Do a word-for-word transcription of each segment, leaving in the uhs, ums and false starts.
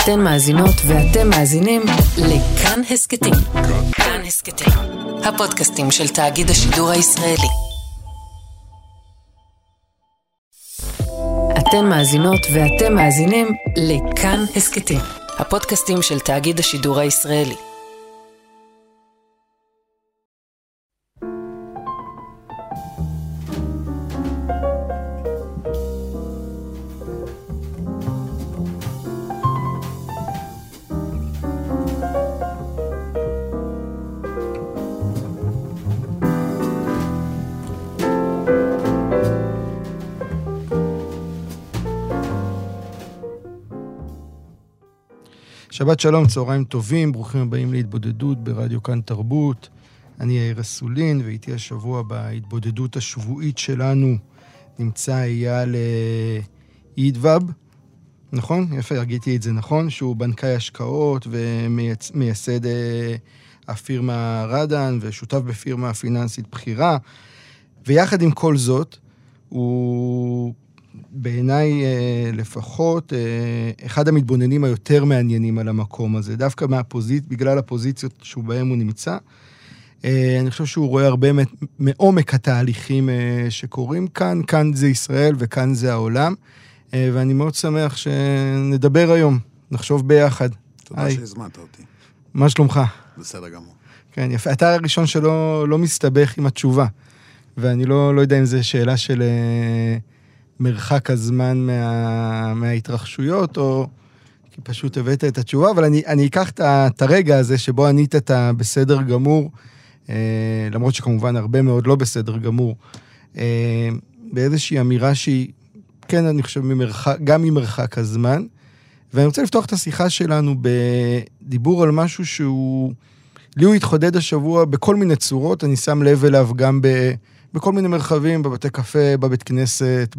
אתן מאזינות ואתם מאזינים לכאן הסקטים. כאן הסקטים, הפודקאסטים של תאגיד השידור הישראלי. אתן מאזינות ואתם מאזינים לכאן הסקטים, הפודקאסטים של תאגיד השידור הישראלי. שבת שלום, צהריים טובים, ברוכים הבאים להתבודדות ברדיו כאן תרבות. אני יאיר אסולין, ואיתי השבוע בהתבודדות השבועית שלנו נמצא אייל ידבב, נכון? יפה, הרגיתי את זה נכון, שהוא בנקאי השקעות ומייסד הפירמה רדן ושותף בפירמה פיננסית בחירה, ויחד עם כל זאת, הוא בעיניי לפחות אחד המתבוננים היותר מעניינים על המקום הזה, דווקא מהפוזיצ... בגלל הפוזיציות שבהם הוא נמצא. אני חושב שהוא רואה הרבה מעומק התהליכים שקורים כאן, כאן זה ישראל וכאן זה העולם, ואני מאוד שמח שנדבר היום, נחשוב ביחד. תודה שהזמנת אותי. מה שלומך? בסדר גמור. כן, יפה. אתה הראשון שלא לא מסתבך עם התשובה, ואני לא, לא יודע אם זה שאלה של מרחק הזמן מה, מההתרחשויות, או כי פשוט הבאת את התשובה, אבל אני, אני אקח את הרגע הזה שבו ענית את בסדר גמור, אה, למרות שכמובן הרבה מאוד לא בסדר גמור, אה, באיזושהי אמירה שהיא, כן, אני חושב, ממרחק, גם ממרחק הזמן, ואני רוצה לפתוח את השיחה שלנו בדיבור על משהו שהוא, לי הוא התחודד השבוע בכל מיני צורות, אני שם לב אליו גם ב... בכל מיני מרחבים, בבתי קפה, בבית כנסת,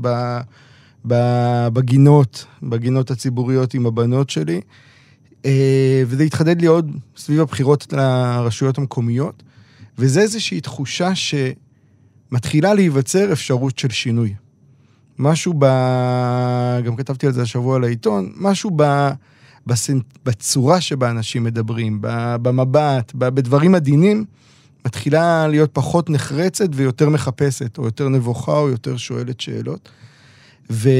בגינות, בגינות הציבוריות עם הבנות שלי. וזה התחדד לי עוד סביב הבחירות לרשויות המקומיות, וזה איזושהי תחושה שמתחילה להיווצר אפשרות של שינוי. משהו ב... גם כתבתי על זה השבוע לעיתון, משהו ב... בצורה שבה אנשים מדברים, במבט, בדברים עדינים, מתחילה להיות פחות נחרצת ויותר מחפשת, או יותר נבוכה, או יותר שואלת שאלות. ולי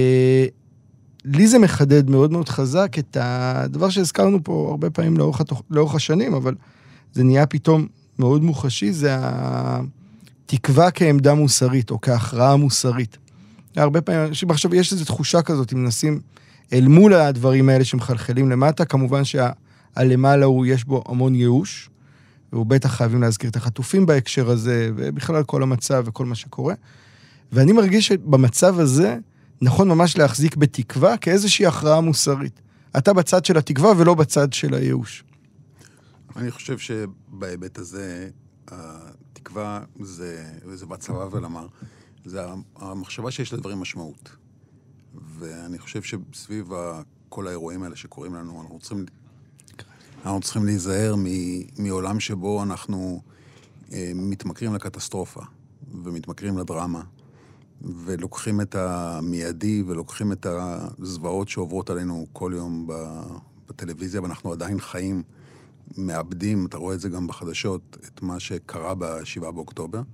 זה מחדד מאוד מאוד חזק את הדבר שהזכרנו פה הרבה פעמים לאורך, לאורך השנים, אבל זה נהיה פתאום מאוד מוחשי, זה התקווה כעמדה מוסרית, או כהכרעה מוסרית. הרבה פעמים, עכשיו יש איזו תחושה כזאת, אם נשים אל מול הדברים האלה שמחלחלים למטה, כמובן שהלמעלה הוא, יש בו המון ייאוש, והוא בטח חייבים להזכיר את החטופים בהקשר הזה, ובכלל כל המצב וכל מה שקורה. ואני מרגיש שבמצב הזה, נכון ממש להחזיק בתקווה, כאיזושהי הכרעה מוסרית. אתה בצד של התקווה ולא בצד של הייאוש. אני חושב שבהיבט הזה, התקווה זה, וזה בצבא ולמר, זה המחשבה שיש לדברים משמעות. ואני חושב שסביב כל האירועים האלה שקורים לנו, אנחנו צריכים... אנחנו צריכים להיזהר מעולם שבו אנחנו אה, מתמכרים לקטסטרופה, ומתמכרים לדרמה, ולוקחים את המיידי, ולוקחים את הזוועות שעוברות עלינו כל יום בטלוויזיה, ואנחנו עדיין חיים, מאבדים, אתה רואה את זה גם בחדשות, את מה שקרה בשבעה באוקטובר,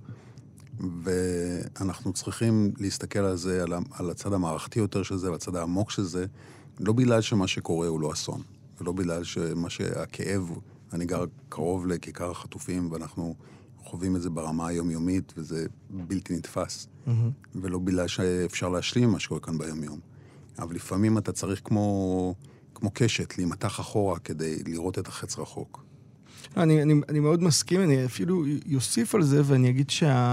ואנחנו צריכים להסתכל על זה, על, על הצד המערכתי יותר של זה, על הצד העמוק של זה, לא בגלל שמה שקורה הוא לא אסון. ולא בגלל שמה שהכאב, אני גר קרוב לכיכר החטופים, ואנחנו חווים את זה ברמה היומיומית, וזה בלתי נתפס. Mm-hmm. ולא בגלל שאפשר להשלים מה שקורה כאן ביומיום. אבל לפעמים אתה צריך כמו, כמו קשת, להימתח אחורה כדי לראות את החץ רחוק. אני, אני, אני מאוד מסכים, אני אפילו יוסיף על זה, ואני אגיד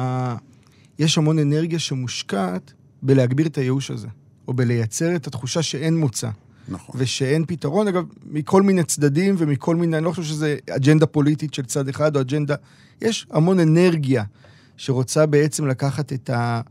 שיש המון אנרגיה שמושקעת בלהגביר את הייאוש הזה, או בלייצר את התחושה שאין מוצא. נכון. ושאין פתרון, אגב, מכל מיני צדדים ומכל מיני, אני לא חושב שזה אג'נדה פוליטית של צד אחד או אג'נדה, יש המון אנרגיה שרוצה בעצם לקחת את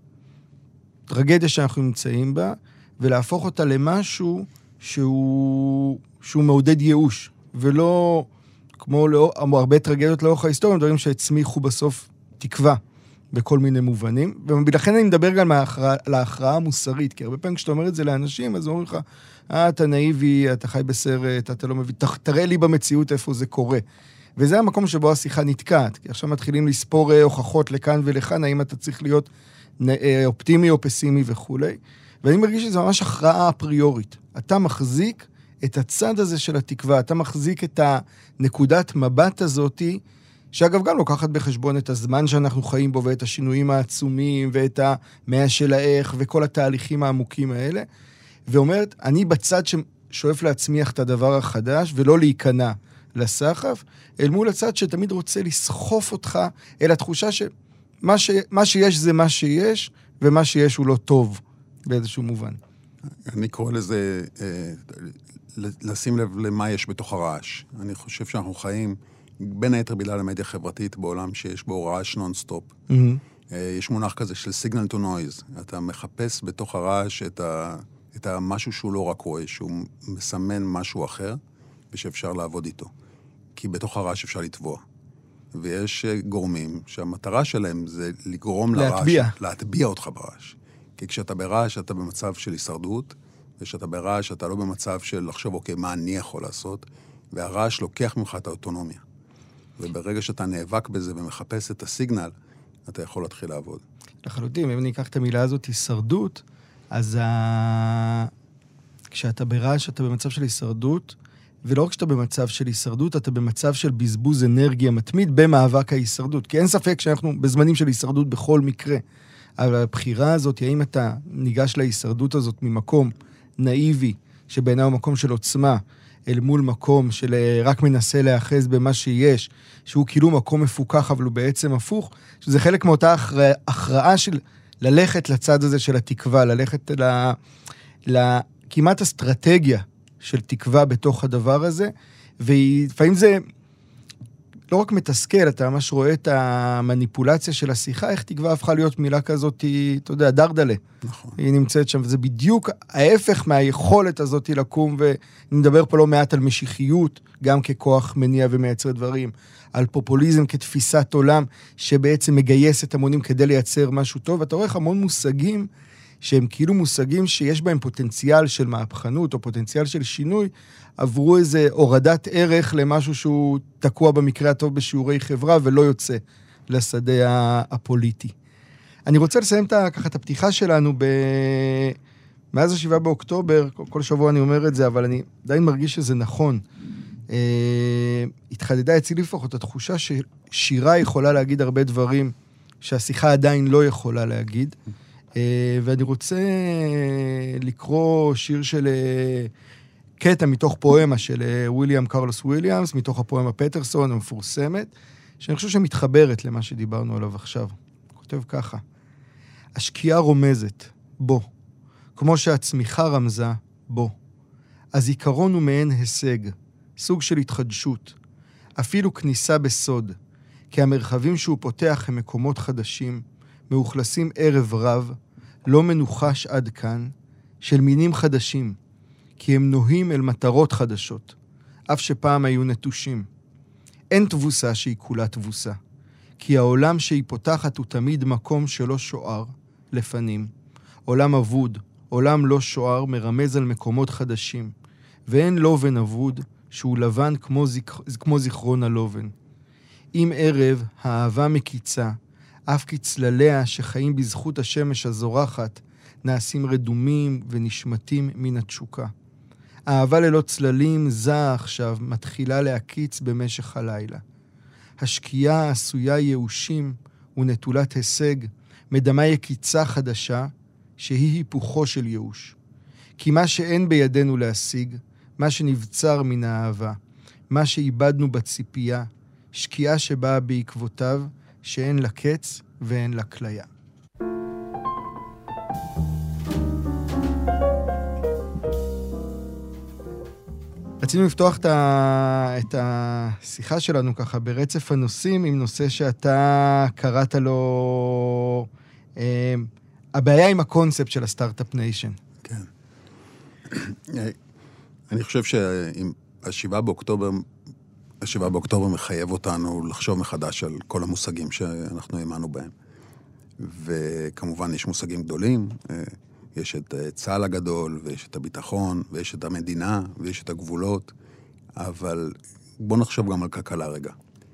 הטרגדיה שאנחנו נמצאים בה, ולהפוך אותה למשהו שהוא, שהוא מעודד ייאוש, ולא כמו לא, הרבה טרגדיות לאורך ההיסטוריה, דברים שהצמיחו בסוף תקווה, בכל מיני מובנים, ולכן אני מדבר גם על ההכרעה המוסרית, כי הרבה פעמים כשאתה אומר את זה לאנשים, אז אומרים לך, אה, אתה נאיבי, אתה חי בסרט, אתה לא מבין, תראה לי במציאות איפה זה קורה. וזה המקום שבו השיחה נתקעת, כי עכשיו מתחילים לספור הוכחות לכאן ולכאן, האם אתה צריך להיות אופטימי או פסימי וכו'. ואני מרגיש שזה ממש הכרעה אפריורית. אתה מחזיק את הצד הזה של התקווה, אתה מחזיק את הנקודת מבט הזאת, שאגב גם לוקחת בחשבון את הזמן שאנחנו חיים בו, ואת השינויים העצומים, ואת המאה של האיך, וכל התהליכים העמוקים האלה, ואומרת, אני בצד ששואף להצמיח את הדבר החדש, ולא להיכנע לסחף, אל מול הצד שתמיד רוצה לסחוף אותך, אל התחושה שמה ש... מה שיש זה מה שיש, ומה שיש הוא לא טוב, באיזשהו מובן. אני קורא לזה, אה, לשים לב למה יש בתוך הרעש. אני חושב שאנחנו חיים, בין היתר בגלל המדיה החברתית בעולם שיש בו רעש נונסטופ. Mm-hmm. אה, יש מונח כזה של signal to noise. אתה מחפש בתוך הרעש את, ה, את המשהו שהוא לא רק רואה, שהוא מסמן משהו אחר, ושאפשר לעבוד איתו. כי בתוך הרעש אפשר לטבוע. ויש גורמים שהמטרה שלהם זה לגרום להטביע. לרעש, להטביע אותך ברעש. כי כשאתה ברעש, אתה במצב של הישרדות, וכשאתה ברעש, אתה לא במצב של לחשוב, אוקיי, מה אני יכול לעשות, והרעש לוקח ממך את האוטונומיה. וברגע שאתה נאבק בזה ומחפש את הסיגנל, אתה יכול להתחיל לעבוד. לחלוטין, אם אני אקח את המילה הזאת, הישרדות, אז ה... כשאתה ברעש, אתה במצב של הישרדות, ולא רק שאתה במצב של הישרדות, אתה במצב של בזבוז אנרגיה מתמיד במאבק ההישרדות. כי אין ספק שאנחנו בזמנים של הישרדות בכל מקרה. אבל הבחירה הזאת, האם אתה ניגש להישרדות הזאת ממקום נאיבי, שבעיניו מקום של עוצמה, אל מול מקום של רק מנסה להאחז במה שיש, שהוא כאילו מקום מפוקח, אבל הוא בעצם הפוך, שזה חלק מאותה הכרעה, הכרעה של ללכת לצד הזה של התקווה, ללכת ל, ל, כמעט אסטרטגיה של תקווה בתוך הדבר הזה, ולפעמים זה לא רק מתסכל, אתה ממש רואה את המניפולציה של השיחה, איך תקווה הפכה להיות מילה כזאת, אתה יודע, דרדלה. נכון. היא נמצאת שם, וזה בדיוק ההפך מהיכולת הזאת לקום, ונדבר פה לא מעט על משיחיות, גם ככוח מניע ומייצר דברים, על פופוליזם כתפיסת עולם, שבעצם מגייס את המונים כדי לייצר משהו טוב, ואתה רואה המון מושגים, שהם כאילו מושגים שיש בהם פוטנציאל של מהפכנות, או פוטנציאל של שינוי, עברו איזה הורדת ערך למשהו שהוא תקוע במקרה הטוב בשיעורי חברה, ולא יוצא לשדה הפוליטי. אני רוצה לסיים ככה את הפתיחה שלנו, ב... מאז השבעה באוקטובר, כל שבוע אני אומר את זה, אבל אני עדיין מרגיש שזה נכון. התחדדה אצלי לפחות התחושה ששירה יכולה להגיד הרבה דברים, שהשיחה עדיין לא יכולה להגיד, ואני רוצה לקרוא שיר של קטע מתוך פואמה של וויליאם קרלוס וויליאמס, מתוך הפואמה פטרסון המפורסמת, שאני חושב שמתחברת למה שדיברנו עליו עכשיו. כותב ככה: השקיעה רומזת, בו, כמו שהצמיחה רמזה, בו. הזיכרון הוא מעין הישג, סוג של התחדשות, אפילו כניסה בסוד, כי המרחבים שהוא פותח הם מקומות חדשים, מאוכלסים ערב רב, לא מנוחש עד כאן, של מינים חדשים, כי הם נוהים אל מטרות חדשות, אף שפעם היו נטושים. אין תבוסה שהיא כולה תבוסה, כי העולם שהיא פותחת הוא תמיד מקום שלא שוער, לפנים. עולם אבוד, עולם לא שוער, מרמז על מקומות חדשים, ואין לובן אבוד שהוא לבן כמו, זיכ... כמו זיכרון הלובן. אם ערב האהבה מקיצה, אף כי צלליה שחיים בזכות השמש הזורחת, נעשים רדומים ונשמטים מן התשוקה. האהבה ללא צללים זעה עכשיו, מתחילה להקיץ במשך הלילה. השקיעה עשויה ייאושים ונטולת הישג, מדמה יקיצה חדשה, שהיא היפוכו של ייאוש. כי מה שאין בידינו להשיג, מה שנבצר מן האהבה, מה שאיבדנו בציפייה, שקיעה שבאה בעקבותיו, שאין לה קץ ואין לה כליה. רצינו לפתוח את, ה... את השיחה שלנו ככה ברצף הנושאים, עם נושא שאתה קראת לו, אה, הבעיה עם הקונספט של הסטארט-אפ ניישן. כן. אני חושב שהשבעה באוקטובר, השבעה באוקטובר מחייב אותנו לחשוב מחדש על כל המושגים שאנחנו האמנו בהם. וכמובן יש מושגים גדולים, יש את צה"ל הגדול, ויש את הביטחון, ויש את המדינה, ויש את הגבולות, אבל בוא נחשוב גם על כלכלה רגע.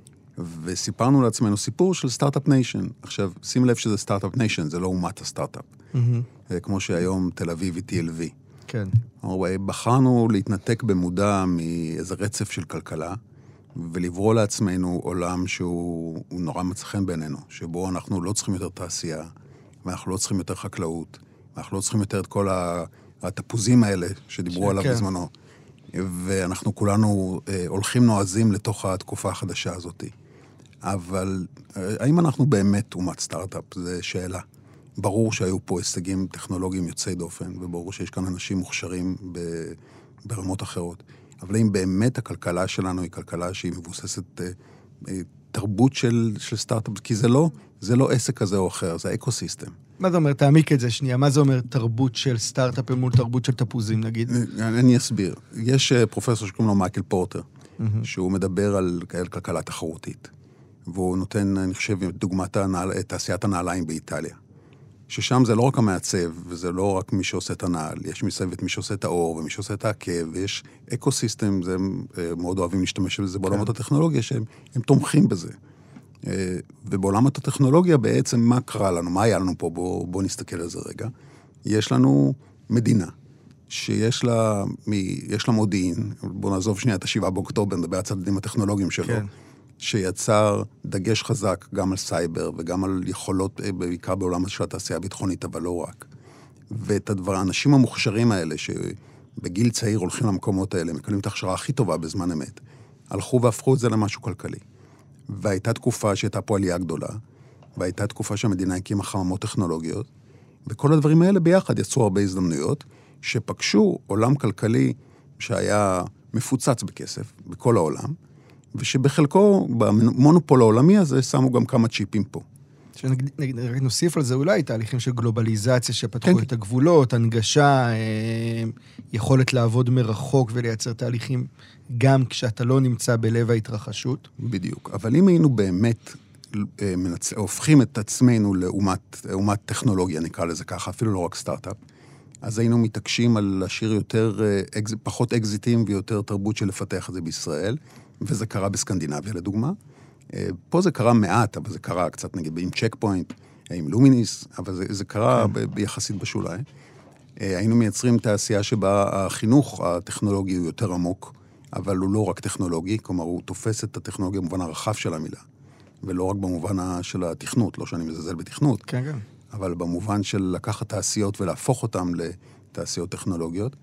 וסיפרנו לעצמנו סיפור של סטארט-אפ ניישן. עכשיו, שים לב שזה סטארט-אפ ניישן, זה לא אומת הסטארט-אפ. Mm-hmm. כמו שהיום תל אביב היא טי אל וי. כן. בחרנו להתנתק במודע מאיזה רצף של כלכלה, ולברוא לעצמנו עולם שהוא נורא מצא חן בעינינו, שבו אנחנו לא צריכים יותר תעשייה, ואנחנו לא צריכים יותר חקלאות, ואנחנו לא צריכים יותר את כל התפוזים האלה שדיברו עליו כן. בזמנו. ואנחנו כולנו אה, הולכים נועזים לתוך התקופה החדשה הזאת. אבל אה, האם אנחנו באמת אומת סטארט-אפ? זו שאלה. ברור שהיו פה הישגים טכנולוגיים יוצאי דופן, וברור שיש כאן אנשים מוכשרים ב, ברמות אחרות. אבל האם באמת הכלכלה שלנו היא כלכלה שהיא מבוססת אה, אה, תרבות של, של סטארט-אפ? כי זה לא, זה לא עסק כזה או אחר, זה אקוסיסטם. מה זה אומר? תעמיק את זה שנייה. מה זה אומר תרבות של סטארט-אפ מול תרבות של תפוזים, נגיד? אני אסביר. יש פרופסור שקוראים לו מייקל פורטר, שהוא מדבר על כלכלה תחרותית. והוא נותן, אני חושב, דוגמת תעשיית הנעליים באיטליה. ששם זה לא רק המעצב, וזה לא רק מי שעושה את הנעל. יש מסביב את מי שעושה את האור, ומי שעושה את העקב, ויש אקוסיסטם, זה מאוד אוהבים להשתמש בזה בעולמות הטכנולוגיה, שהם תומכים בזה. ובעולמת הטכנולוגיה בעצם מה קרה לנו, מה היה לנו פה, בוא, בוא נסתכל על זה רגע. יש לנו מדינה שיש לה, מ, יש לה מודיעין, בוא נעזוב שנייה את השבעה באוקטובר, נדבר על הצדדים הטכנולוגיים שלו, כן. שיצר דגש חזק גם על סייבר וגם על יכולות, בעיקר בעולם של התעשייה הביטחונית, אבל לא רק. ואת הדבר, האנשים המוכשרים האלה, שבגיל צעיר הולכים למקומות האלה, מקבלים את ההכשרה הכי טובה בזמן אמת, הלכו והפכו את זה למשהו כלכלי. והייתה תקופה שהייתה פה עלייה גדולה, והייתה תקופה שהמדינה הקימה חממות טכנולוגיות, וכל הדברים האלה ביחד יצרו הרבה הזדמנויות, שפגשו עולם כלכלי שהיה מפוצץ בכסף, בכל העולם, ושבחלקו, במונופול העולמי הזה, שמו גם כמה צ'יפים פה. נוסיף על זה אולי תהליכים של גלובליזציה, שפתחו את הגבולות, הנגשה, יכולת לעבוד מרחוק ולייצר תהליכים גם כשאתה לא נמצא בלב ההתרחשות. בדיוק. אבל אם היינו באמת הופכים את עצמנו לאומת טכנולוגיה, נקרא לזה ככה, אפילו לא רק סטארט-אפ, אז היינו מתעקשים על להשאיר יותר, פחות אקזיטים ויותר תרבות של לפתח את זה בישראל, וזה קרה בסקנדינביה לדוגמה. פה זה קרה מעט, אבל זה קרה קצת נגיד עם צ'ק פוינט, עם לומיניס, אבל זה, זה קרה כן. ביחסית בשוליים. היינו מייצרים תעשייה שבה החינוך הטכנולוגי הוא יותר עמוק, אבל הוא לא רק טכנולוגי, כלומר הוא תופס את הטכנולוגיה במובן הרחב של המילה, ולא רק במובן של התכנות, לא שאני מזלזל בתכנות, כן, כן. אבל במובן של לקחת תעשיות ולהפוך אותן לתעשיות טכנולוגיות,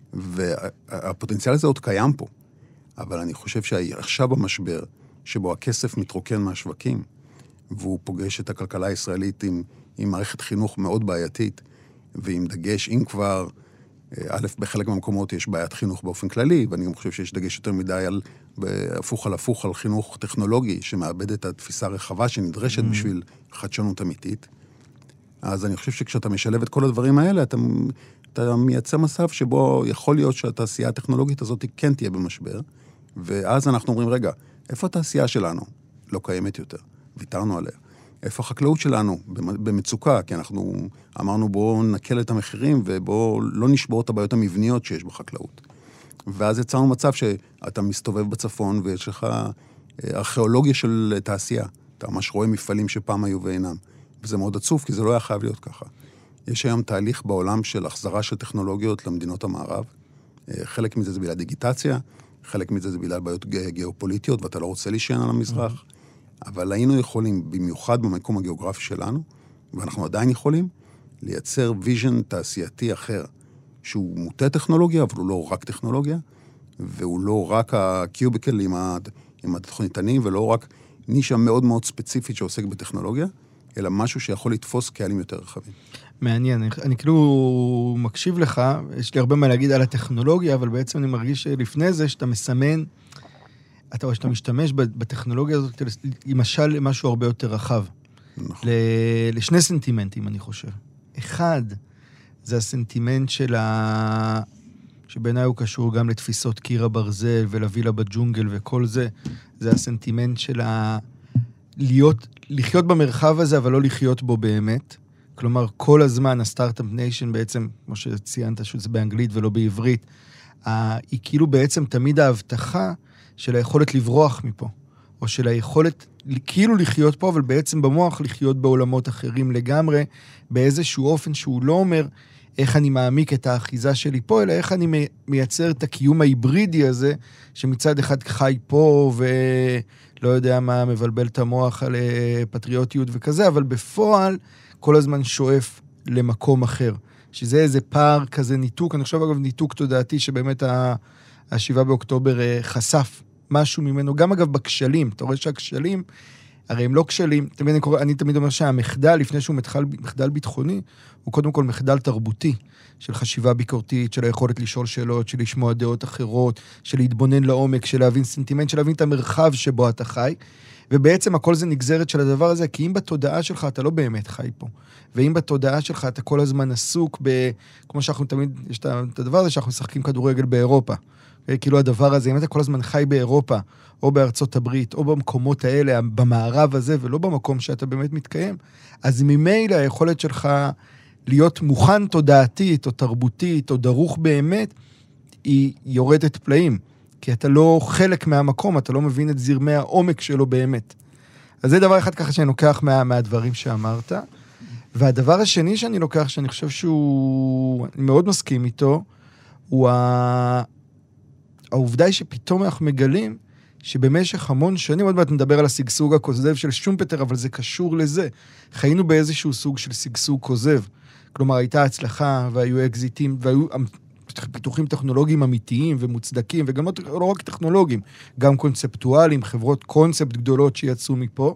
והפוטנציאל הזה עוד קיים פה. אבל אני חושב שעכשיו במשבר, שבו הכסף מתרוקן מהשווקים, והוא פוגש את הכלכלה הישראלית עם, עם מערכת חינוך מאוד בעייתית, ועם דגש, אם כבר, א', בחלק מהמקומות יש בעיית חינוך באופן כללי, ואני גם חושב שיש דגש יותר מדי על, הפוך על הפוך על חינוך טכנולוגי, שמאבד את התפיסה הרחבה שנדרשת mm-hmm. בשביל חדשנות אמיתית. אז אני חושב שכשאתה משלב את כל הדברים האלה, אתה, אתה מייצר מצב שבו יכול להיות שהתעשייה הטכנולוגית הזאת כן תהיה במשבר, ואז אנחנו אומרים, רגע, איפה התעשייה שלנו? לא קיימת יותר. ויתרנו עליה. איפה החקלאות שלנו? במצוקה, כי אנחנו אמרנו בואו נקל את המחירים, ובואו לא נשבור את הבעיות המבניות שיש בחקלאות. ואז יצרנו מצב שאתה מסתובב בצפון, ויש לך ארכיאולוגיה של תעשייה. אתה ממש רואה מפעלים שפעם היו ואינם. וזה מאוד עצוב, כי זה לא היה חייב להיות ככה. יש היום תהליך בעולם של החזרה של טכנולוגיות למדינות המערב. חלק מזה זה בגלל דיגיטציה, חלק מזה זה בגלל בעיות גיאופוליטיות, ואתה לא רוצה להישען על המזרח. אבל היינו יכולים, במיוחד במקום הגיאוגרפי שלנו, ואנחנו עדיין יכולים, לייצר ויז'ן תעשייתי אחר, שהוא מוטה טכנולוגיה, אבל הוא לא רק טכנולוגיה, והוא לא רק הקיוביקל עם התוכניתנים, ולא רק נישה מאוד מאוד ספציפית שעוסק בטכנולוגיה, אלא משהו שיכול לתפוס קהלים יותר רחבים. מעניין, אני, אני כאילו מקשיב לך, יש לי הרבה מה להגיד על הטכנולוגיה, אבל בעצם אני מרגיש שלפני זה שאתה מסמן, אתה רואה שאתה משתמש בטכנולוגיה הזאת, למשל משהו הרבה יותר רחב. נכון. לשני סנטימנטים, אני חושב. אחד, זה הסנטימנט של ה... שבעיניי הוא קשור גם לתפיסות קיר הברזל ולווילה בג'ונגל וכל זה, זה הסנטימנט של להיות, לחיות במרחב הזה, אבל לא לחיות בו באמת. כלומר, כל הזמן הסטארט-אפ ניישן בעצם, כמו שציינת שזה באנגלית ולא בעברית, היא כאילו בעצם תמיד ההבטחה של היכולת לברוח מפה, או של היכולת כאילו לחיות פה, אבל בעצם במוח לחיות בעולמות אחרים לגמרי, באיזשהו אופן שהוא לא אומר איך אני מעמיק את האחיזה שלי פה, אלא איך אני מייצר את הקיום ההיברידי הזה, שמצד אחד חי פה ולא יודע מה, מבלבל את המוח על פטריוטיות וכזה, אבל בפועל כל הזמן שואף למקום אחר. שזה איזה פער כזה ניתוק, אני חושב אגב ניתוק תודעתי שבאמת השבעה באוקטובר חשף משהו ממנו, גם אגב בכשלים, אתה רואה שהכשלים, הרי הם לא כשלים, תמיד אני, קורא, אני תמיד אומר שהמחדל, לפני שהוא מחדל, מחדל ביטחוני, הוא קודם כל מחדל תרבותי, של חשיבה ביקורתית, של היכולת לשאול שאלות, של לשמוע דעות אחרות, של להתבונן לעומק, של להבין סנטימנט, של להבין את המרחב שבו אתה חי, ובעצם הכל זה נגזרת של הדבר הזה, כי אם בתודעה שלך אתה לא באמת חי פה, ואם בתודעה שלך אתה כל הזמן עסוק ב... כמו שאנחנו תמיד, יש את הדבר הזה שאנחנו משחקים כדורגל באירופה, כאילו הדבר הזה, אם אתה כל הזמן חי באירופה, או בארצות הברית, או במקומות האלה, במערב הזה, ולא במקום שאתה באמת מתקיים, אז ממילא היכולת שלך להיות מוכן תודעתית, או תרבותית, או דרוך באמת, היא יורדת פלאים. כי אתה לא חלק מהמקום, אתה לא מבין את זרמי העומק שלו באמת. אז זה דבר אחד ככה שאני לוקח מה, מהדברים שאמרת. והדבר השני שאני לוקח, שאני חושב שהוא, אני מאוד מסכים איתו, הוא ה... העובדה היא שפתאום אנחנו מגלים שבמשך המון שנים, עוד מעט נדבר על הסגסוג הכוזב של שומפטר, אבל זה קשור לזה. חיינו באיזשהו סוג של סגסוג כוזב. כלומר, הייתה הצלחה, והיו אקזיטים, והיו פיתוחים טכנולוגיים אמיתיים ומוצדקים, וגם לא רק טכנולוגיים, גם קונספטואליים, חברות קונספט גדולות שיצאו מפה,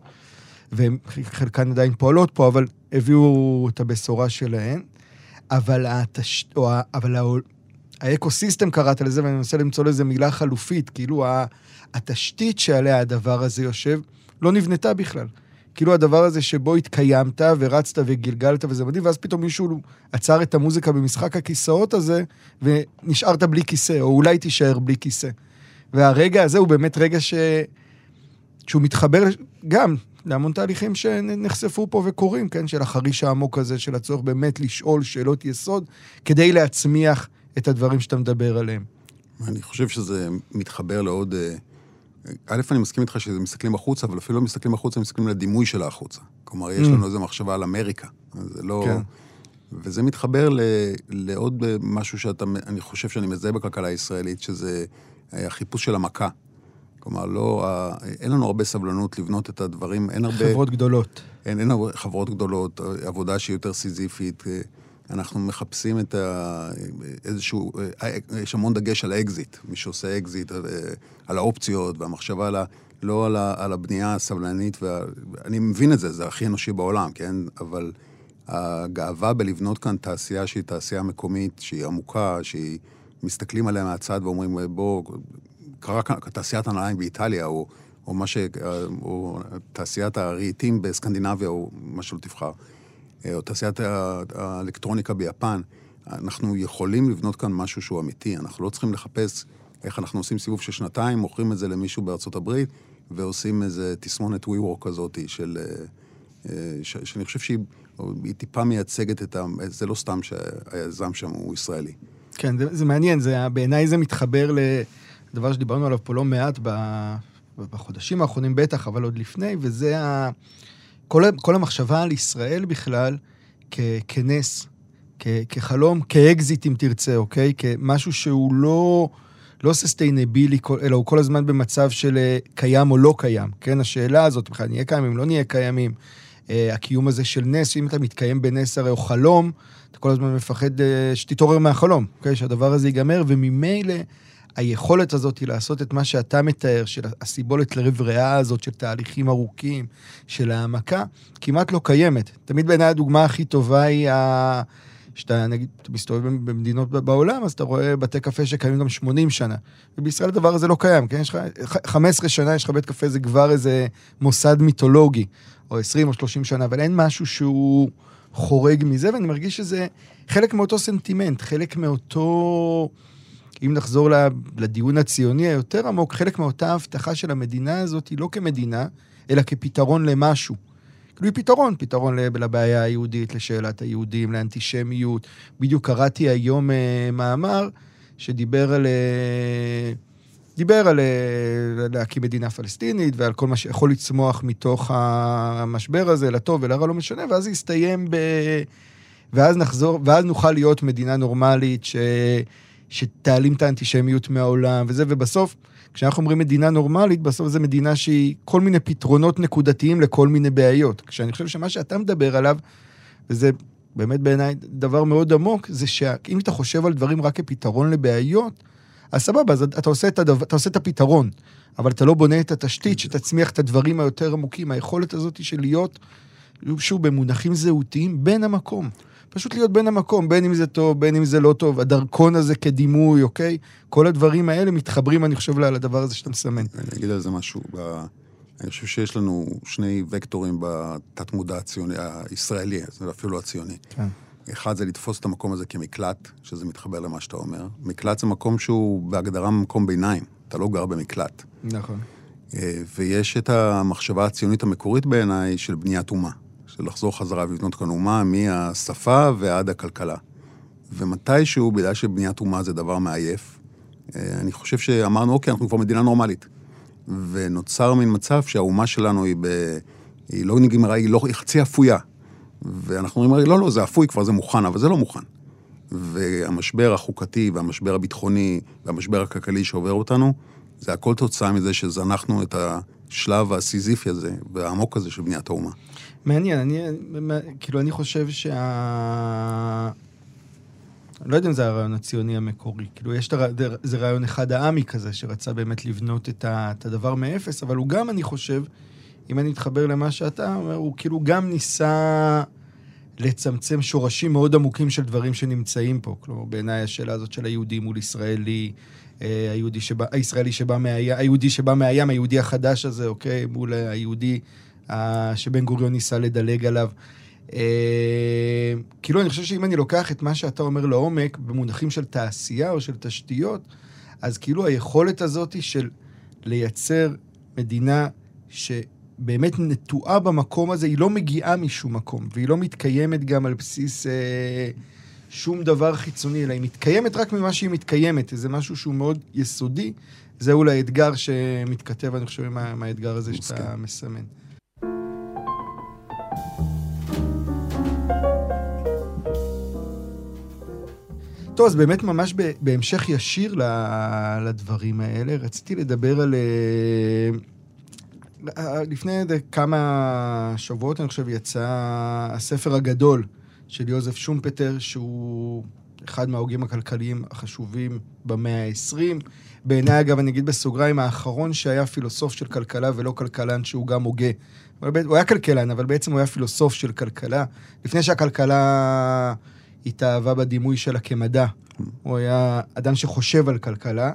וחלקן עדיין פועלות פה, אבל הביאו את הבשורה שלהן. אבל התש... או... אבל האקוסיסטם קראת לזה, ואני מנסה למצוא לזה מילה חלופית, כאילו התשתית שעליה הדבר הזה יושב, לא נבנתה בכלל. כאילו הדבר הזה שבו התקיימת ורצת וגלגלת וזה מדהים, ואז פתאום מישהו עצר את המוזיקה במשחק הכיסאות הזה, ונשארת בלי כיסא, או אולי תישאר בלי כיסא. והרגע הזה הוא באמת רגע ש... שהוא מתחבר גם להמון תהליכים שנחשפו פה וקורים, כן? של החריש העמוק הזה, של הצורך באמת לשאול שאלות יסוד, כדי להצמיח את הדברים שאתה מדבר עליהם. אני חושב שזה מתחבר לעוד... א', אני מסכים איתך שזה מסתכלים החוצה, אבל אפילו לא מסתכלים החוצה, מסתכלים לדימוי שלה החוצה. כלומר, יש לנו איזו מחשבה על אמריקה. זה לא... כן. וזה מתחבר ל... לעוד משהו שאתה... אני חושב שאני מזהה בכלכלה הישראלית, שזה החיפוש של המכה. כלומר, לא... אין לנו הרבה סבלנות לבנות את הדברים, אין הרבה... חברות גדולות. אין, אין חברות גדולות, עבודה שהיא יותר סיזיפית. אנחנו מחפשים את ה... איזשהו... יש המון דגש על האקזיט, מי שעושה אקזיט, על האופציות והמחשבה על ה... לא על, ה... על הבנייה הסבלנית, ואני מבין את זה, זה הכי אנושי בעולם, כן? אבל הגאווה בלבנות כאן תעשייה שהיא תעשייה מקומית, שהיא עמוקה, שהיא מסתכלים עליה מהצד ואומרים, בוא, קרה כאן תעשיית הנעליים באיטליה, או, או מה ש... או תעשיית הרהיטים בסקנדינביה, או מה שלא תבחר. או תעשיית האלקטרוניקה ביפן, אנחנו יכולים לבנות כאן משהו שהוא אמיתי, אנחנו לא צריכים לחפש איך אנחנו עושים סיבוב של שנתיים, מוכרים את זה למישהו בארצות הברית, ועושים איזה תסמונת WeWork כזאת, של, ש, שאני חושב שהיא טיפה מייצגת את ה... זה לא סתם שהיזם שם הוא ישראלי. כן, זה, זה מעניין, זה, בעיניי זה מתחבר לדבר שדיברנו עליו פה לא מעט בחודשים האחרונים בטח, אבל עוד לפני, וזה ה... כל, כל המחשבה על ישראל בכלל כ, כנס, כ, כחלום, כאקזיט אם תרצה, אוקיי? כמשהו שהוא לא, לא ססטיינבילי, אלא הוא כל הזמן במצב של קיים או לא קיים, כן? השאלה הזאת, בכלל נהיה קיימים, לא נהיה קיימים. הקיום הזה של נס, אם אתה מתקיים בנס הרי או חלום, אתה כל הזמן מפחד שתתעורר מהחלום, אוקיי? שהדבר הזה ייגמר, וממילא היכולת הזאת היא לעשות את מה שאתה מתאר, של הסיבולת לרב ריאה הזאת, של תהליכים ארוכים, של העמקה, כמעט לא קיימת. תמיד בעיניי הדוגמה הכי טובה היא, ה... שאתה נגיד, אתה מסתובב במדינות בעולם, אז אתה רואה בתי קפה שקיימים גם שמונים שנה. ובישראל הדבר הזה לא קיים, כן? יש לך חמש עשרה שנה, יש לך בית קפה, זה כבר איזה מוסד מיתולוגי, או עשרים או שלושים שנה, אבל אין משהו שהוא חורג מזה, ואני מרגיש שזה חלק מאותו סנטימנט, חלק מאותו... אם נחזור לדיון הציוני היותר עמוק, חלק מאותה הבטחה של המדינה הזאת היא לא כמדינה, אלא כפתרון למשהו. כאילו היא פתרון, פתרון לבעיה היהודית, לשאלת היהודים, לאנטישמיות. בדיוק קראתי היום מאמר שדיבר על... דיבר על להקים מדינה פלסטינית, ועל כל מה שיכול לצמוח מתוך המשבר הזה, לטוב ולרע לא משנה, ואז יסתיים ב... ואז נחזור, ואז נוכל להיות מדינה נורמלית, ש... שתעלים את האנטישמיות מהעולם, וזה, ובסוף, כשאנחנו אומרים מדינה נורמלית, בסוף זו מדינה שהיא כל מיני פתרונות נקודתיים לכל מיני בעיות. כשאני חושב שמה שאתה מדבר עליו, וזה באמת בעיניי דבר מאוד עמוק, זה שאם אתה חושב על דברים רק כפתרון לבעיות, אז סבבה, אז אתה עושה את, הדבר, אתה עושה את הפתרון, אבל אתה לא בונה את התשתית שתצמיח את הדברים היותר עמוקים. היכולת הזאת של להיות, שוב, במונחים זהותיים, בין המקום. פשוט להיות בין המקום, בין אם זה טוב, בין אם זה לא טוב, הדרכון הזה כדימוי, אוקיי? כל הדברים האלה מתחברים, אני חושב, לדבר הזה שאתה מסמן. אני אגיד על זה משהו. ב... אני חושב שיש לנו שני וקטורים בתת מודע הציוני, הישראלי, זה אפילו הציוני. כן. אחד זה לתפוס את המקום הזה כמקלט, שזה מתחבר למה שאתה אומר. מקלט זה מקום שהוא בהגדרה מקום ביניים. אתה לא גר במקלט. נכון. ויש את המחשבה הציונית המקורית בעיניי של בניית אומה. של לחזור חזרה ולבנות כאן אומה מהשפה ועד הכלכלה. ומתישהו, בגלל שבניית אומה זה דבר מעייף, אני חושב שאמרנו, אוקיי, אנחנו כבר מדינה נורמלית. ונוצר מין מצב שהאומה שלנו היא, ב... היא לא נגמרה, היא, לא... היא חצי אפויה. ואנחנו אומרים, לא, לא, זה אפוי כבר, זה מוכן, אבל זה לא מוכן. והמשבר החוקתי והמשבר הביטחוני והמשבר הכלכלי שעובר אותנו, זה הכל תוצאה מזה שזנחנו את השלב הסיזיפי הזה והעמוק הזה של בניית האומה. מעניין, אני, כאילו, אני חושב שה... אני לא יודע אם זה הרעיון הציוני המקורי, כאילו, יש זה רעיון אחד העמי כזה, שרצה באמת לבנות את הדבר מאפס, אבל הוא גם, אני חושב, אם אני אתחבר למה שאתה אומר, הוא כאילו גם ניסה לצמצם שורשים מאוד עמוקים של דברים שנמצאים פה. כלומר, בעיניי השאלה הזאת של היהודי מול ישראלי, היהודי שבא, הישראלי שבא מהים, היהודי שבא מהים, היהודי החדש הזה, אוקיי, מול היהודי שבן גוריון ניסה לדלג עליו. כאילו, אני חושב שאם אני לוקח את מה שאתה אומר לעומק, במונחים של תעשייה או של תשתיות, אז כאילו היכולת הזאת של לייצר מדינה שבאמת נטועה במקום הזה, היא לא מגיעה משום מקום, והיא לא מתקיימת גם על בסיס אה, שום דבר חיצוני, אלא היא מתקיימת רק ממה שהיא מתקיימת. זה משהו שהוא מאוד יסודי, זה אולי האתגר שמתכתב, אני חושב, עם האתגר הזה שאתה מסמן. טוב, אז באמת ממש בהמשך ישיר לדברים האלה, רציתי לדבר על... לפני כמה שבועות, אני חושב, יצא הספר הגדול של יוזף שומפטר, שהוא אחד מההוגים הכלכליים החשובים במאה ה-עשרים. בעיניי, אגב, אני אגיד בסוגריים, האחרון שהיה פילוסוף של כלכלה ולא כלכלן שהוא גם הוגה. הוא היה כלכלן, אבל בעצם הוא היה פילוסוף של כלכלה. לפני שהכלכלה התאהבה בדימוי שלה כמדע. הוא היה אדם שחושב על כלכלה.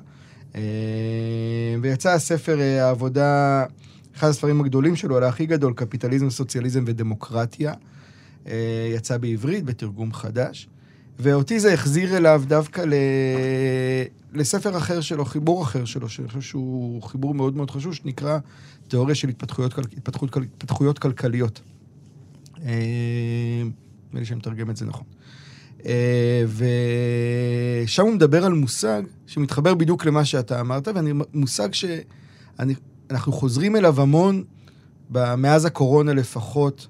ויצא הספר העבודה, אחד הספרים הגדולים שלו, על הכי גדול, קפיטליזם, סוציאליזם ודמוקרטיה. יצא בעברית, בתרגום חדש. ואותי זה החזיר אליו דווקא ל... לספר אחר שלו, חיבור אחר שלו, שאני חושב שהוא חיבור מאוד מאוד חשוב, שנקרא תיאוריה של התפתחויות, התפתחות, התפתחויות כלכליות. נדמה לי שאני מתרגם את זה נכון. ושם הוא מדבר על מושג שמתחבר בדיוק למה שאתה אמרת, ומושג שאנחנו חוזרים אליו המון, מאז הקורונה לפחות,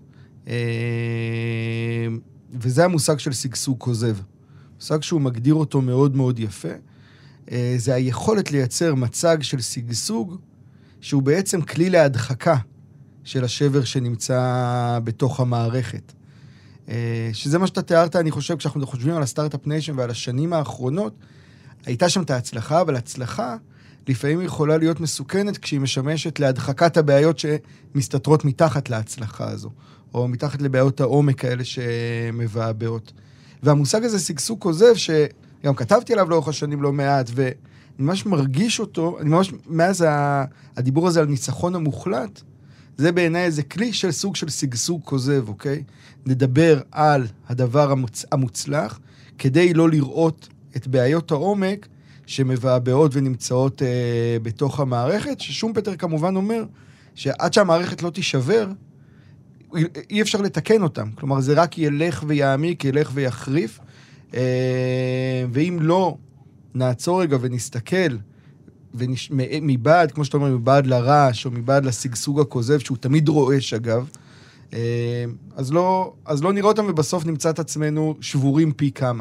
וזה המושג של סגסוג כוזב. מושג שהוא מגדיר אותו מאוד מאוד יפה. זה היכולת לייצר מצג של סגסוג, שהוא בעצם כלי להדחקה של השבר שנמצא בתוך המערכת. שזה מה שאתה תיארת, אני חושב, כשאנחנו חושבים על הסטארט-אפ ניישן ועל השנים האחרונות, הייתה שם את ההצלחה, אבל הצלחה לפעמים יכולה להיות מסוכנת כשהיא משמשת להדחקת הבעיות שמסתתרות מתחת להצלחה הזו, או מתחת לבעיות העומק האלה שמבעבעות. והמושג הזה, סגסוג כוזב, שגם כתבתי עליו לאורך השנים לא מעט, ואני ממש מרגיש אותו, אני ממש, מאז הדיבור הזה על ניצחון המוחלט, זה בעיניי איזה כלי של סוג של סגסוג כוזב, אוקיי? נדבר על הדבר המוצ... המוצלח, כדי לא לראות את בעיות העומק שמבעבעות ונמצאות אה, בתוך המערכת, ששומפטר כמובן אומר שעד שהמערכת לא תישבר, אי אפשר לתקן אותם. כלומר, זה רק ילך ויעמיק, ילך ויחריף, ואם לא נעצור רגע ונסתכל, מבעד, כמו שאתה אומר, מבעד לרעש, או מבעד לסגסוג הכוזב, שהוא תמיד רועש אגב, אז לא, אז לא נראה אותם, ובסוף נמצא את עצמנו שבורים פי כמה.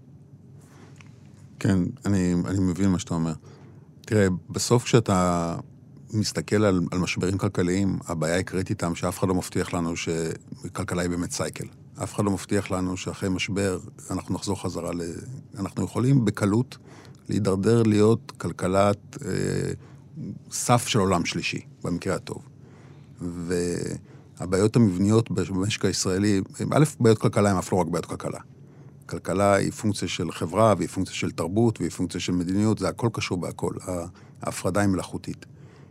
כן, אני, אני מבין מה שאתה אומר. תראה, בסוף כשאתה מסתכל על, על משברים כלכליים, הבעיה העיקרית איתם שאף אחד לא מבטיח לנו שכלכלה היא באמת סייקל. אף אחד לא מבטיח לנו שאחרי משבר אנחנו נחזור חזרה ל... אנחנו יכולים בקלות להידרדר להיות כלכלת אה, סף של עולם שלישי, במקרה הטוב. והבעיות המבניות במשק הישראלי, א', בעיות כלכלה הם אף לא רק בעיות כלכלה. כלכלה היא פונקציה של חברה, והיא פונקציה של תרבות, והיא פונקציה של מדיניות, זה הכל קשור בהכל. ההפרדה היא מלאכותית.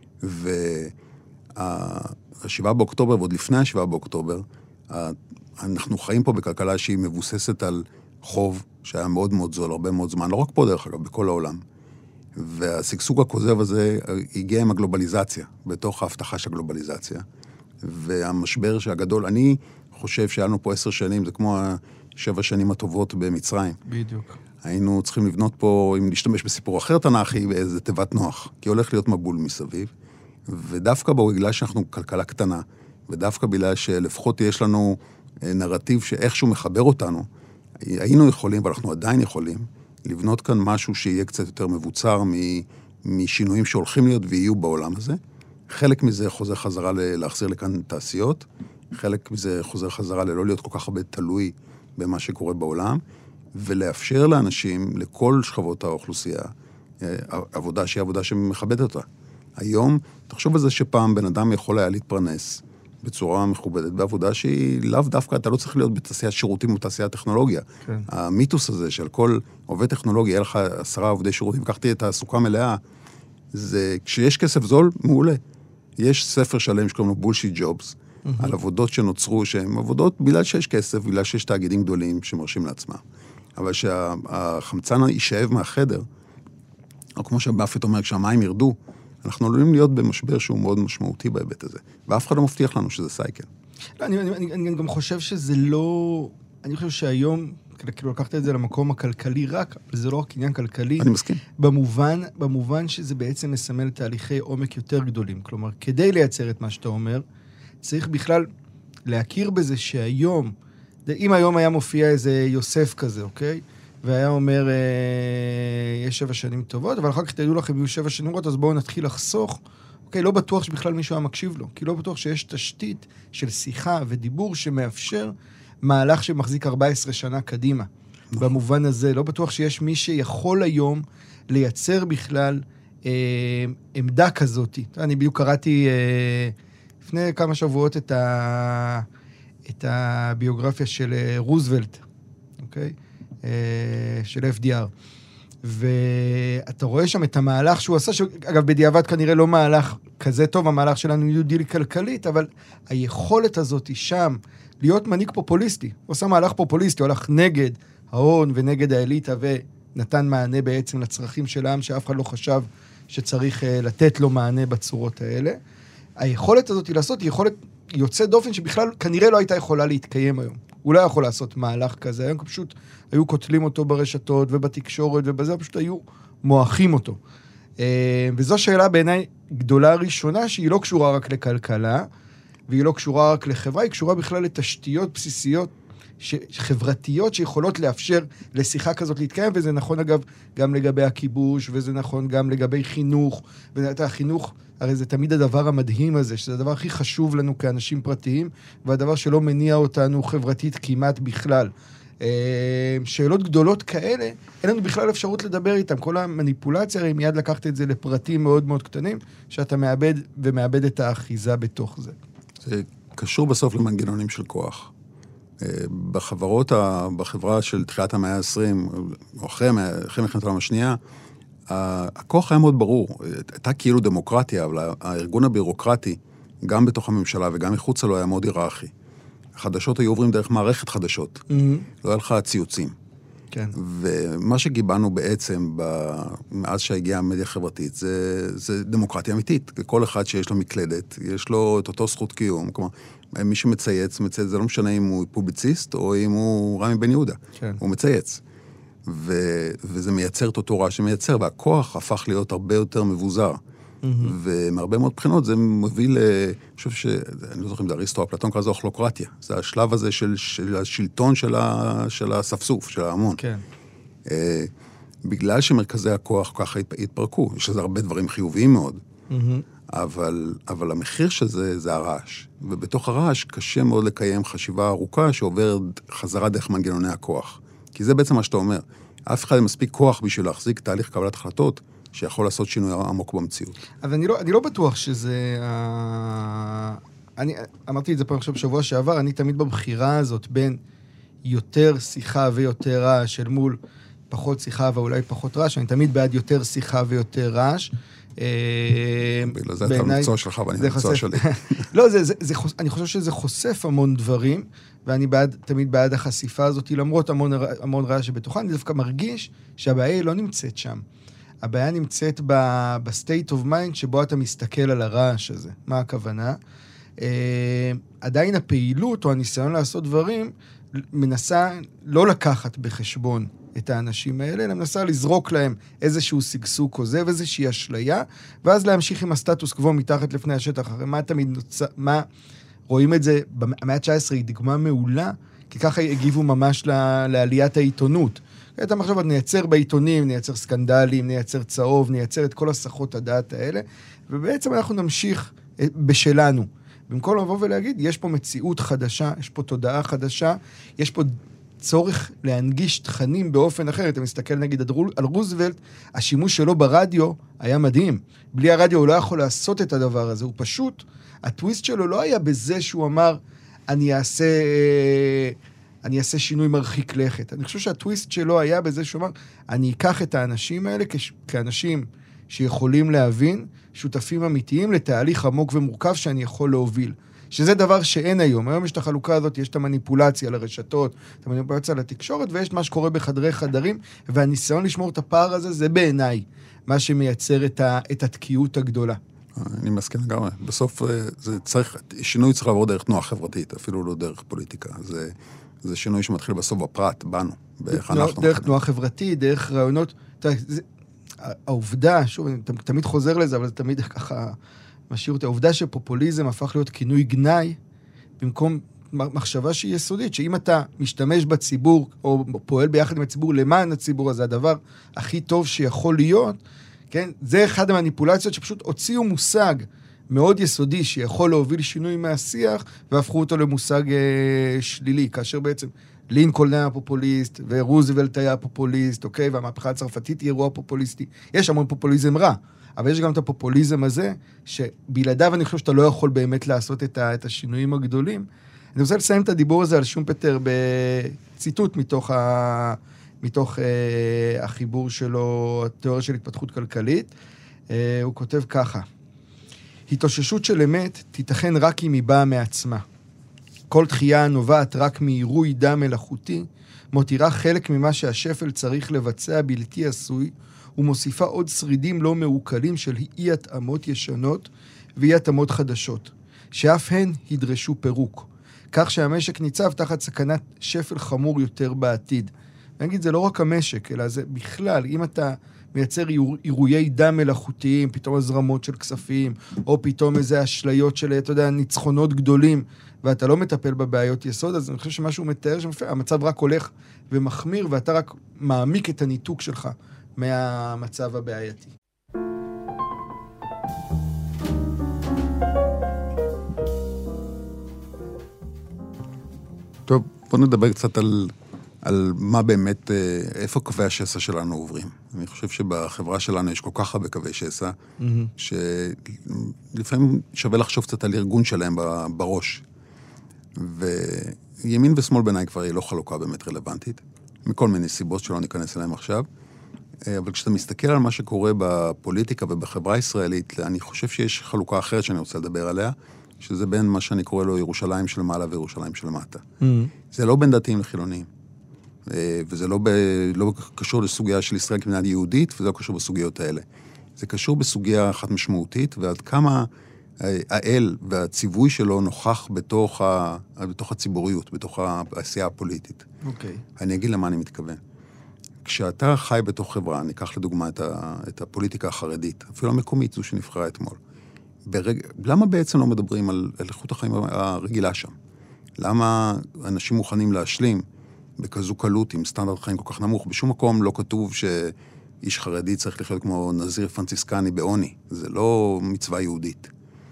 והשבעה באוקטובר, ועוד לפני השבעה באוקטובר, אנחנו חיים פה בכלכלה שהיא מבוססת על חוב, שהיה מאוד מאוד זול, הרבה מאוד זמן, לא רק פה דרך אגב, בכל העולם. והסגסוג הכוזב הזה הגיע עם הגלובליזציה, בתוך ההבטחה של הגלובליזציה. והמשבר שהגדול, אני חושב שהיה לנו פה עשר שנים, זה כמו השבע שנים הטובות במצרים. בדיוק. היינו צריכים לבנות פה, אם להשתמש בסיפור אחר תנ"כי, באיזה תיבת נוח, כי הולך להיות מבול מסביב. ודווקא בו, בגלל שאנחנו כלכלה קטנה, ודווקא בגלל שלפחות יש לנו נרטיב שאיכשהו מחבר אותנו, היינו יכולים, ואנחנו עדיין יכולים, לבנות כאן משהו שיהיה קצת יותר מבוצר משינויים שהולכים להיות ויהיו בעולם הזה. חלק מזה חוזר חזרה להחזיר לכאן תעשיות, חלק מזה חוזר חזרה ללא להיות כל כך הרבה תלוי במה שקורה בעולם, ולאפשר לאנשים, לכל שכבות האוכלוסייה, עבודה שהיא עבודה שמכבדת אותה. היום, תחשוב על זה שפעם בן אדם יכול היה להתפרנס בצורה מכובדת, בעבודה שהיא לאו דווקא, אתה לא צריך להיות בתעשיית שירותים או תעשיית טכנולוגיה. כן. המיתוס הזה של כל עובד טכנולוגיה, יהיה לך עשרה עובדי שירותים, לקחתי את הסוכה מלאה, זה, כשיש כסף זול, מעולה. יש ספר שלם שקוראים לו בולשיט ג'ובס, mm-hmm. על עבודות שנוצרו, שהן עבודות בגלל שיש כסף, בגלל שיש תאגידים גדולים שמרשים לעצמם. אבל שהחמצן יישאב מהחדר, או כמו שבאפט אומר, כשהמים ירדו, אנחנו עלולים להיות במשבר שהוא מאוד משמעותי בהיבט הזה. ואף אחד לא מבטיח לנו שזה סייקל. לא, אני, אני, אני, אני גם חושב שזה לא... אני חושב שהיום, כאילו לקחת את זה למקום הכלכלי רק, אבל זה לא רק עניין כלכלי. אני מסכים. במובן, במובן שזה בעצם מסמל תהליכי עומק יותר גדולים. כלומר, כדי לייצר את מה שאתה אומר, צריך בכלל להכיר בזה שהיום, אם היום היה מופיע איזה יוסף כזה, אוקיי? והיה אומר, יש שבע שנים טובות, אבל אחר כך תדעו לכם, יהיו שבע שנים רואות, אז בואו נתחיל לחסוך. אוקיי, לא בטוח שבכלל מישהו היה מקשיב לו, כי לא בטוח שיש תשתית של שיחה ודיבור שמאפשר מהלך שמחזיק ארבע עשרה שנה קדימה. במובן הזה, לא בטוח שיש מי שיכול היום לייצר בכלל אה, עמדה כזאת. אני בדיוק קראתי אה, לפני כמה שבועות את, ה, את הביוגרפיה של אה, רוזוולט, אוקיי? של אף די אר. ואתה רואה שם את המהלך שהוא עשה, שאגב בדיעבד כנראה לא מהלך כזה טוב, המהלך שלנו ניו דיל כלכלית, אבל היכולת הזאת היא שם להיות מנהיג פופוליסטי. הוא עושה מהלך פופוליסטי, הוא הלך נגד ההון ונגד האליטה, ונתן מענה בעצם לצרכים של העם, שאף אחד לא חשב שצריך לתת לו מענה בצורות האלה. היכולת הזאת היא לעשות, היא יכולת יוצא דופן שבכלל כנראה לא הייתה יכולה להתקיים היום. הוא לא יכול לעשות מהלך כזה, הם פשוט היו קוטלים אותו ברשתות ובתקשורת ובזה, פשוט היו מועכים אותו. וזו שאלה בעיניי גדולה ראשונה, שהיא לא קשורה רק לכלכלה, והיא לא קשורה רק לחברה, היא קשורה בכלל לתשתיות בסיסיות, חברתיות שיכולות לאפשר לשיחה כזאת להתקיים, וזה נכון אגב גם לגבי הכיבוש, וזה נכון גם לגבי חינוך, והחינוך, הרי זה תמיד הדבר המדהים הזה, שזה הדבר הכי חשוב לנו כאנשים פרטיים, והדבר שלא מניע אותנו חברתית כמעט בכלל. שאלות גדולות כאלה, אין לנו בכלל אפשרות לדבר איתם. כל המניפולציה, הרי מיד לקחת את זה לפרטים מאוד מאוד קטנים, שאתה מאבד ומאבד את האחיזה בתוך זה. זה קשור בסוף למנגנונים של כוח. בחברות, בחברה של תחילת המאה ה-עשרים, או אחרי, אחרי מלחמת העולם השנייה, הכוח היה מאוד ברור. הייתה כאילו דמוקרטיה, אבל הארגון הבירוקרטי, גם בתוך הממשלה וגם מחוץ לו, היה מאוד היררכי. החדשות היו עוברים דרך מערכת חדשות. Mm-hmm. לא היה לך ציוצים. כן. ומה שגיבנו בעצם, מאז שהגיעה המדיה החברתית, זה, זה דמוקרטיה אמיתית. כל אחד שיש לו מקלדת, יש לו את אותו זכות קיום. כלומר, מי שמצייץ, מצייץ, זה לא משנה אם הוא פובליציסט, או אם הוא רמי בן יהודה. כן. הוא מצייץ. ו, וזה מייצר את אותו רעש שמייצר, והכוח הפך להיות הרבה יותר מבוזר. Mm-hmm. ומהרבה מאוד בחינות זה מוביל, אני חושב ש... אני לא זוכר אם זה אריסטו, אפלטון קרא לזה אוכלוקרטיה. זה השלב הזה של, של השלטון של, ה, של הספסוף, של ההמון. כן. Uh, בגלל שמרכזי הכוח ככה התפרקו, יש לזה הרבה דברים חיוביים מאוד, mm-hmm. אבל, אבל המחיר של זה, זה הרעש. ובתוך הרעש קשה מאוד לקיים חשיבה ארוכה שעוברת חזרה דרך מנגנוני הכוח. כי זה בעצם מה שאתה אומר. אף אחד מספיק כוח בשביל להחזיק תהליך קבלת החלטות, שיכול לעשות שינוי עמוק במציאות. אבל אני לא, אני לא בטוח שזה... אני אמרתי את זה פעם עכשיו בשבוע שעבר, אני תמיד בבחירה הזאת בין יותר שיחה ויותר רעש, אל מול פחות שיחה ואולי פחות רעש, אני תמיד בעד יותר שיחה ויותר רעש. בגלל זה אתה המקצוע שלך ואני המקצוע שלי. לא, זה, זה, זה, אני חושב שזה חושף המון דברים, ואני בעד, תמיד בעד החשיפה הזאת, למרות המון, המון רעש שבתוכה, אני דווקא מרגיש שהבעיה לא נמצאת שם. הבעיה נמצאת ב-state of mind שבו אתה מסתכל על הרעש הזה. מה הכוונה? עדיין הפעילות או הניסיון לעשות דברים מנסה לא לקחת בחשבון את האנשים האלה, אלא מנסה לזרוק להם איזשהו סגסוג כוזב, איזושהי אשליה, ואז להמשיך עם הסטטוס קוו מתחת לפני השטח. הרי מה תמיד נוצא, מה רואים את זה, במאה ה-תשע עשרה היא דוגמה מעולה, כי ככה הגיבו ממש לעליית העיתונות. אתה מחשב, נייצר בעיתונים, נייצר סקנדלים, נייצר צהוב, נייצר את כל הסחות הדעת האלה, ובעצם אנחנו נמשיך בשלנו. במקום לבוא ולהגיד, יש פה מציאות חדשה, יש פה תודעה חדשה, יש פה צורך להנגיש תכנים באופן אחר. אתה מסתכל נגיד על רוזוולט, השימוש שלו ברדיו היה מדהים. בלי הרדיו הוא לא יכול לעשות את הדבר הזה, הוא פשוט, הטוויסט שלו לא היה בזה שהוא אמר, אני אעשה... אני אעשה שינוי מרחיק לכת. אני חושב שהטוויסט שלו היה בזה שהוא אמר, אני אקח את האנשים האלה כ- כאנשים שיכולים להבין, שותפים אמיתיים לתהליך עמוק ומורכב שאני יכול להוביל. שזה דבר שאין היום. היום יש את החלוקה הזאת, יש את המניפולציה לרשתות, את המניפולציה לתקשורת, ויש מה שקורה בחדרי חדרים, והניסיון לשמור את הפער הזה, זה בעיניי מה שמייצר את, ה- את התקיעות הגדולה. אני מסכים לגמרי. בסוף זה צריך, שינוי צריך לעבור דרך תנועה חברתית, אפילו לא דרך פוליטיקה. זה... זה שינוי שמתחיל בסוף בפרט, בנו, באיך אנחנו... דרך תנועה חברתית, דרך רעיונות... העובדה, שוב, אני תמיד חוזר לזה, אבל זה תמיד ככה משאיר אותי, העובדה שפופוליזם הפך להיות כינוי גנאי, במקום מחשבה שהיא יסודית, שאם אתה משתמש בציבור, או פועל ביחד עם הציבור למען הציבור, אז זה הדבר הכי טוב שיכול להיות, כן? זה אחד המניפולציות שפשוט הוציאו מושג, מאוד יסודי שיכול להוביל שינוי מהשיח, והפכו אותו למושג אה, שלילי, כאשר בעצם לינקולן היה פופוליסט, ורוזוולט היה פופוליסט, אוקיי, והמהפכה הצרפתית היא אירוע פופוליסטי. יש המון פופוליזם רע, אבל יש גם את הפופוליזם הזה, שבלעדיו אני חושב שאתה לא יכול באמת לעשות את, ה, את השינויים הגדולים. אני רוצה לסיים את הדיבור הזה על שומפטר בציטוט מתוך, ה, מתוך אה, החיבור שלו, התיאוריה של התפתחות כלכלית. אה, הוא כותב ככה, התאוששות של אמת תיתכן רק אם היא באה מעצמה. כל דחייה נובעת רק מעירוי דם מלאכותי, מותירה חלק ממה שהשפל צריך לבצע בלתי עשוי, ומוסיפה עוד שרידים לא מעוקלים של אי-התאמות ישנות ואי-התאמות חדשות, שאף הן ידרשו פירוק, כך שהמשק ניצב תחת סכנת שפל חמור יותר בעתיד. אני אגיד, זה לא רק המשק, אלא זה בכלל, אם אתה מייצר עירויי דם מלאכותיים, פתאום הזרמות של כספים, או פתאום איזה אשליות של, אתה יודע, ניצחונות גדולים, ואתה לא מטפל בבעיות יסוד, אז אני חושב שמשהו מתאר שמפעיל, המצב רק הולך ומחמיר, ואתה רק מעמיק את הניתוק שלך מהמצב הבעייתי. טוב, בוא נדבר קצת על... על מה באמת, איפה קווי השסע שלנו עוברים. אני חושב שבחברה שלנו יש כל כך הרבה קווי שסע, mm-hmm. שלפעמים שווה לחשוב קצת על ארגון שלהם בראש. וימין ושמאל בעיניי כבר היא לא חלוקה באמת רלוונטית, מכל מיני סיבות שלא ניכנס אליהם עכשיו. אבל כשאתה מסתכל על מה שקורה בפוליטיקה ובחברה הישראלית, אני חושב שיש חלוקה אחרת שאני רוצה לדבר עליה, שזה בין מה שאני קורא לו ירושלים של מעלה וירושלים של מטה. Mm-hmm. זה לא בין דתיים לחילוניים. וזה לא, ב, לא קשור לסוגיה של ישראל כמדינה יהודית, וזה לא קשור בסוגיות האלה. זה קשור בסוגיה אחת משמעותית, ועד כמה האל והציווי שלו נוכח בתוך, ה, בתוך הציבוריות, בתוך העשייה הפוליטית. אוקיי. אני אגיד למה אני מתכוון. כשאתה חי בתוך חברה, ניקח לדוגמה את, ה, את הפוליטיקה החרדית, אפילו המקומית, זו שנבחרה אתמול. ברג... למה בעצם לא מדברים על, על איכות החיים הרגילה שם? למה אנשים מוכנים להשלים בכזו קלות עם סטנדרט חיים כל כך נמוך? בשום מקום לא כתוב שאיש חרדי צריך לחיות כמו נזיר פרנציסקני בעוני. זה לא מצווה יהודית.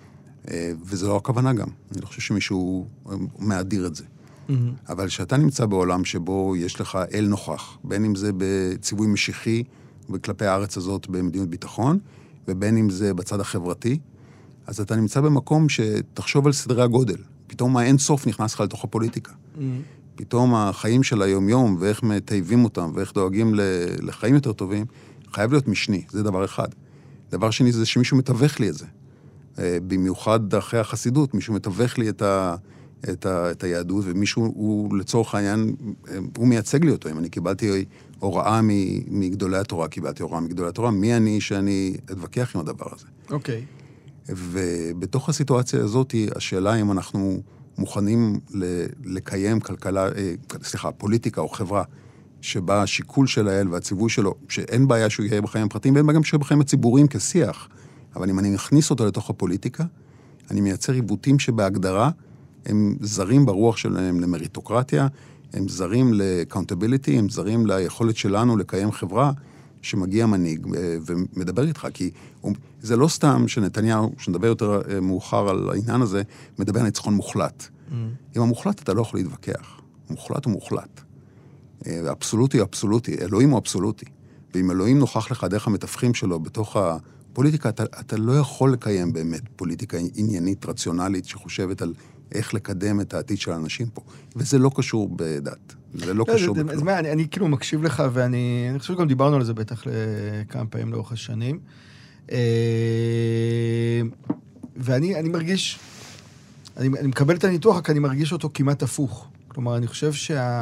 וזה לא הכוונה גם. אני לא חושב שמישהו מאדיר את זה. Mm-hmm. אבל שאתה נמצא בעולם שבו יש לך אל נוכח, בין אם זה בציווי משיחי וכלפי הארץ הזאת במדיניות ביטחון, ובין אם זה בצד החברתי, אז אתה נמצא במקום שתחשוב על סדרי הגודל. פתאום האין סוף נכנס לך לתוך הפוליטיקה. Mm-hmm. פתאום החיים של היום-יום, ואיך מטייבים אותם, ואיך דואגים לחיים יותר טובים, חייב להיות משני. זה דבר אחד. דבר שני זה שמישהו מתווך לי את זה. במיוחד אחרי החסידות, מישהו מתווך לי את, ה, את, ה, את היהדות, ומישהו הוא לצורך העניין, הוא מייצג לי אותו. אם אני קיבלתי הוראה מגדולי התורה, קיבלתי הוראה מגדולי התורה, מי אני שאני אתווכח עם הדבר הזה? אוקיי. ובתוך הסיטואציה הזאת, השאלה אם אנחנו מוכנים לקיים כלכלה, סליחה, פוליטיקה או חברה, שבה השיקול של האל והציווי שלו, שאין בעיה שהוא יהיה בחיים הפרטיים, ואין בעיה גם שהוא יהיה בחיים הציבוריים כשיח, אבל אם אני מכניס אותו לתוך הפוליטיקה, אני מייצר עיוותים שבהגדרה הם זרים ברוח שלהם למריטוקרטיה, הם זרים ל-accountability, הם זרים ליכולת שלנו לקיים חברה שמגיע מנהיג ומדבר איתך, כי זה לא סתם שנתניהו, שנדבר יותר מאוחר על העניין הזה, מדבר על ניצחון מוחלט. Mm. עם המוחלט אתה לא יכול להתווכח. מוחלט הוא מוחלט. אבסולוטי הוא אבסולוטי, אלוהים הוא אבסולוטי. ואם אלוהים נוכח לך דרך המתווכים שלו בתוך הפוליטיקה, אתה, אתה לא יכול לקיים באמת פוליטיקה עניינית, רציונלית, שחושבת על איך לקדם את העתיד של האנשים פה. וזה לא קשור בדת. זה לא קשור בכלום. אז מה, אני, אני כאילו מקשיב לך, ואני אני חושב שגם דיברנו על זה בטח לכמה פעמים לאורך השנים. ואני אני מרגיש, אני, אני מקבל את הניתוח, כי אני מרגיש אותו כמעט הפוך. כלומר, אני חושב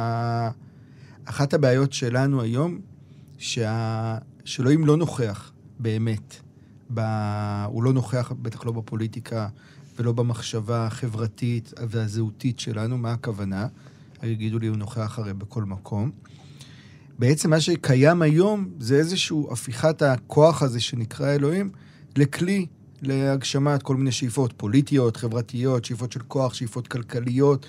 שאחת הבעיות שלנו היום, שה, שאלוהים לא נוכח באמת. ב, הוא לא נוכח, בטח לא בפוליטיקה, ולא במחשבה החברתית והזהותית שלנו. מה הכוונה? יגידו לי, הוא נוכח הרי בכל מקום. בעצם מה שקיים היום, זה איזשהו הפיכת הכוח הזה שנקרא אלוהים, לכלי, להגשמת כל מיני שאיפות פוליטיות, חברתיות, שאיפות של כוח, שאיפות כלכליות,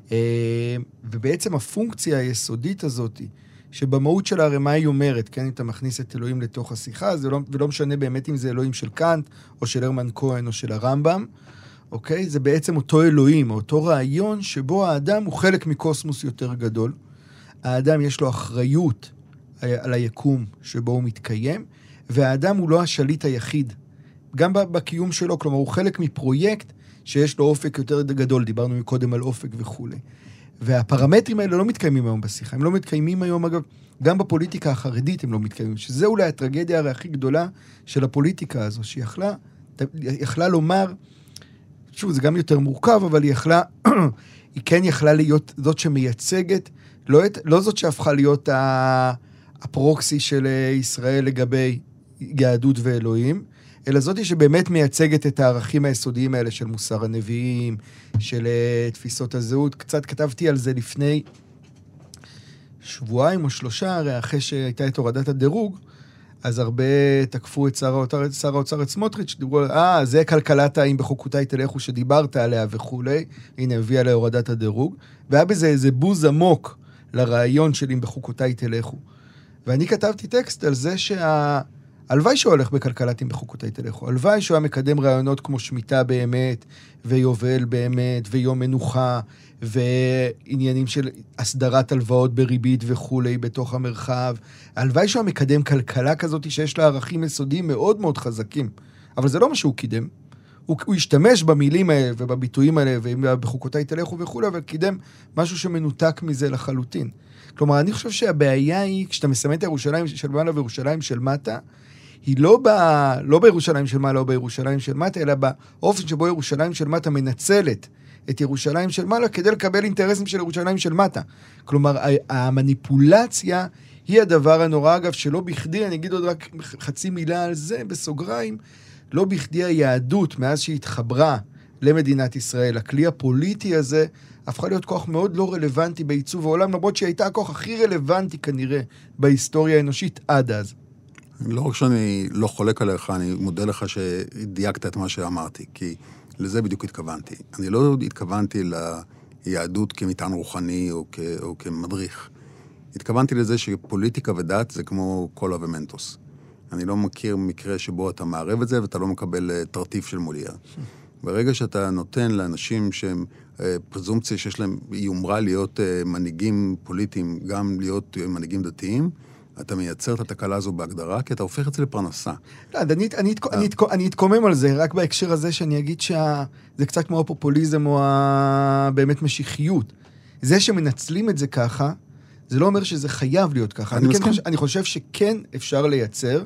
ובעצם הפונקציה היסודית הזאת, שבמהות שלה הרי מה היא אומרת, כן, אם אתה מכניס את אלוהים לתוך השיחה, זה לא, ולא משנה באמת אם זה אלוהים של קאנט, או של הרמן כהן, או של הרמב"ם, אוקיי? זה בעצם אותו אלוהים, אותו רעיון שבו האדם הוא חלק מקוסמוס יותר גדול. האדם יש לו אחריות על היקום שבו הוא מתקיים, והאדם הוא לא השליט היחיד. גם בקיום שלו, כלומר, הוא חלק מפרויקט שיש לו אופק יותר גדול, דיברנו מקודם על אופק וכו'. והפרמטרים האלה לא מתקיימים היום בשיחה, הם לא מתקיימים היום, אגב, גם בפוליטיקה החרדית הם לא מתקיימים, שזה אולי הטרגדיה הרי הכי גדולה של הפוליטיקה הזו, שיכלה, יכלה לומר, שוב, זה גם יותר מורכב, אבל היא יכלה, היא כן יכלה להיות זאת שמייצגת, לא, את, לא זאת שהפכה להיות הפרוקסי של ישראל לגבי יהדות ואלוהים, אלא זאת שבאמת מייצגת את הערכים היסודיים האלה של מוסר הנביאים, של תפיסות הזהות. קצת כתבתי על זה לפני שבועיים או שלושה, הרי אחרי שהייתה את הורדת הדירוג, אז הרבה תקפו את שר האוצר, שר האוצר את סמוטריץ', דיברו על, אה, זה כלכלת האם בחוקותיי תלכו שדיברת עליה וכולי, הנה הביאה להורדת הדירוג, והיה בזה איזה בוז עמוק לרעיון של אם בחוקותיי תלכו. ואני כתבתי טקסט על זה שה... הלוואי שהוא הולך בכלכלת אם בחוקותיי תלכו, הלוואי שהוא היה מקדם רעיונות כמו שמיטה באמת, ויובל באמת, ויום מנוחה, ועניינים של הסדרת הלוואות בריבית וכולי בתוך המרחב. הלוואי שהוא מקדם כלכלה כזאת שיש לה ערכים יסודיים מאוד מאוד חזקים. אבל זה לא מה שהוא קידם. הוא, הוא השתמש במילים האלה ובביטויים האלה, ובחוקותיי תלכו וכולי, אבל קידם משהו שמנותק מזה לחלוטין. כלומר, אני חושב שהבעיה היא, כשאתה מסמן את ירושלים של מעלה וירושלים של מטה, היא לא, ב, לא בירושלים של מעלה או בירושלים של מטה, אלא באופן שבו ירושלים של מטה מנצלת את ירושלים של מעלה, כדי לקבל אינטרסים של ירושלים של מטה. כלומר, המניפולציה היא הדבר הנורא, אגב, שלא בכדי, אני אגיד עוד רק חצי מילה על זה, בסוגריים, לא בכדי היהדות, מאז שהתחברה למדינת ישראל, הכלי הפוליטי הזה, הפכה להיות כוח מאוד לא רלוונטי בעיצוב העולם, למרות שהיא הייתה הכוח הכי רלוונטי כנראה בהיסטוריה האנושית עד אז. לא רק שאני לא חולק עליך, אני מודה לך שדייקת את מה שאמרתי, כי לזה בדיוק התכוונתי. אני לא התכוונתי ליהדות כמטען רוחני או, כ, או כמדריך. התכוונתי לזה שפוליטיקה ודת זה כמו קולה ומנטוס. אני לא מכיר מקרה שבו אתה מערב את זה ואתה לא מקבל תרטיף של מולייר. ברגע שאתה נותן לאנשים שהם פרזומפציה שיש להם יומרה להיות מנהיגים פוליטיים, גם להיות מנהיגים דתיים, אתה מייצר את התקלה הזו בהגדרה, כי אתה הופך את זה לפרנסה. לא, אני, אני, אני, אני אתקומם על זה, רק בהקשר הזה שאני אגיד שזה קצת כמו הפופוליזם או באמת משיחיות. זה שמנצלים את זה ככה, זה לא אומר שזה חייב להיות ככה. אני, אני, כן חושב, אני חושב שכן אפשר לייצר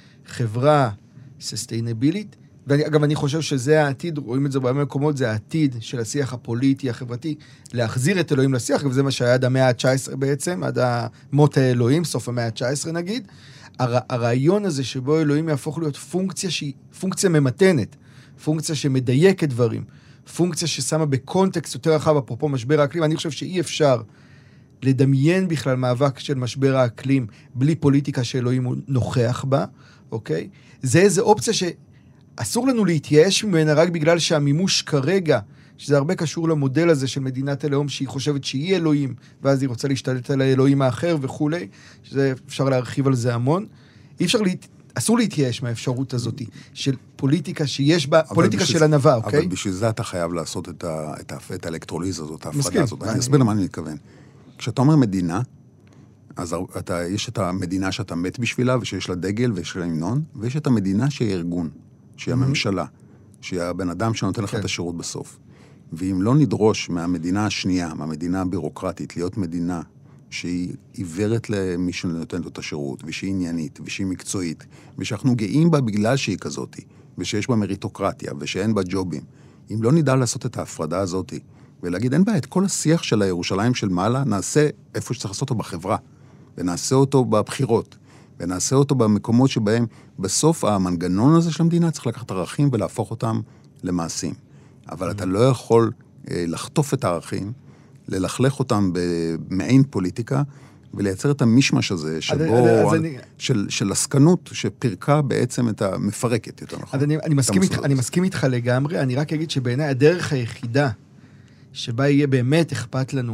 חברה ססטיינבילית, ואגב, אני חושב שזה העתיד, רואים את זה בהרבה מקומות, זה העתיד של השיח הפוליטי, החברתי, להחזיר את אלוהים לשיח, וזה מה שהיה עד המאה ה-תשע עשרה בעצם, עד מות האלוהים, סוף המאה ה-תשע עשרה נגיד. הר, הרעיון הזה שבו אלוהים יהפוך להיות פונקציה שהיא פונקציה ממתנת, פונקציה שמדייקת דברים, פונקציה ששמה בקונטקסט יותר רחב, אפרופו משבר האקלים, אני חושב שאי אפשר לדמיין בכלל מאבק של משבר האקלים, בלי פוליטיקה שאלוהים הוא נוכח בה, אוקיי? זה איזו אופציה ש... אסור לנו להתייאש ממנה רק בגלל שהמימוש כרגע, שזה הרבה קשור למודל הזה של מדינת הלאום, שהיא חושבת שהיא אלוהים, ואז היא רוצה להשתלט על האלוהים האחר וכו', שזה אפשר להרחיב על זה המון. אי אפשר, להת... אסור להתייאש מהאפשרות הזאת, של פוליטיקה שיש בה, פוליטיקה בשביל, של ענווה, אוקיי? אבל בשביל זה אתה חייב לעשות את, ה... את, ה... את האלקטרוליזה הזאת, ההפרדה הזאת. אני אסביר למה אני מתכוון. כשאתה אומר מדינה, אז אתה, יש את המדינה שאתה מת בשבילה, ושיש לה דגל ויש לה המנון, ויש את המדינה שהיא ארגון. שהיא הממשלה, שהיא הבן אדם שנותן לך את השירות בסוף. ואם לא נדרוש מהמדינה השנייה, מהמדינה הבירוקרטית, להיות מדינה שהיא עיוורת למי שנותן לו את השירות, ושהיא עניינית, ושהיא מקצועית, ושאנחנו גאים בה בגלל שהיא כזאת, ושיש בה מריטוקרטיה, ושאין בה ג'ובים. אם לא נדע לעשות את ההפרדה הזאת, ולהגיד, אין בה את כל השיח של הירושלים של מעלה, נעשה איפה שצריך לעשות אותו בחברה, ונעשה אותו בבחירות. ונעשה אותו במקומות שבהם בסוף המנגנון הזה של המדינה צריך לקחת ערכים ולהפוך אותם למעשים. אבל אתה לא יכול אה, לחטוף את הערכים, ללכלך אותם במעין פוליטיקה, ולייצר את המשמש הזה שבו, אז אני... של, של הסכנות שפרקה בעצם את המפרקת יותר נכון. אז אני, אני, מסכים איתך, אני מסכים איתך לגמרי, אני רק אגיד שבעיניי הדרך היחידה שבה יהיה באמת אכפת לנו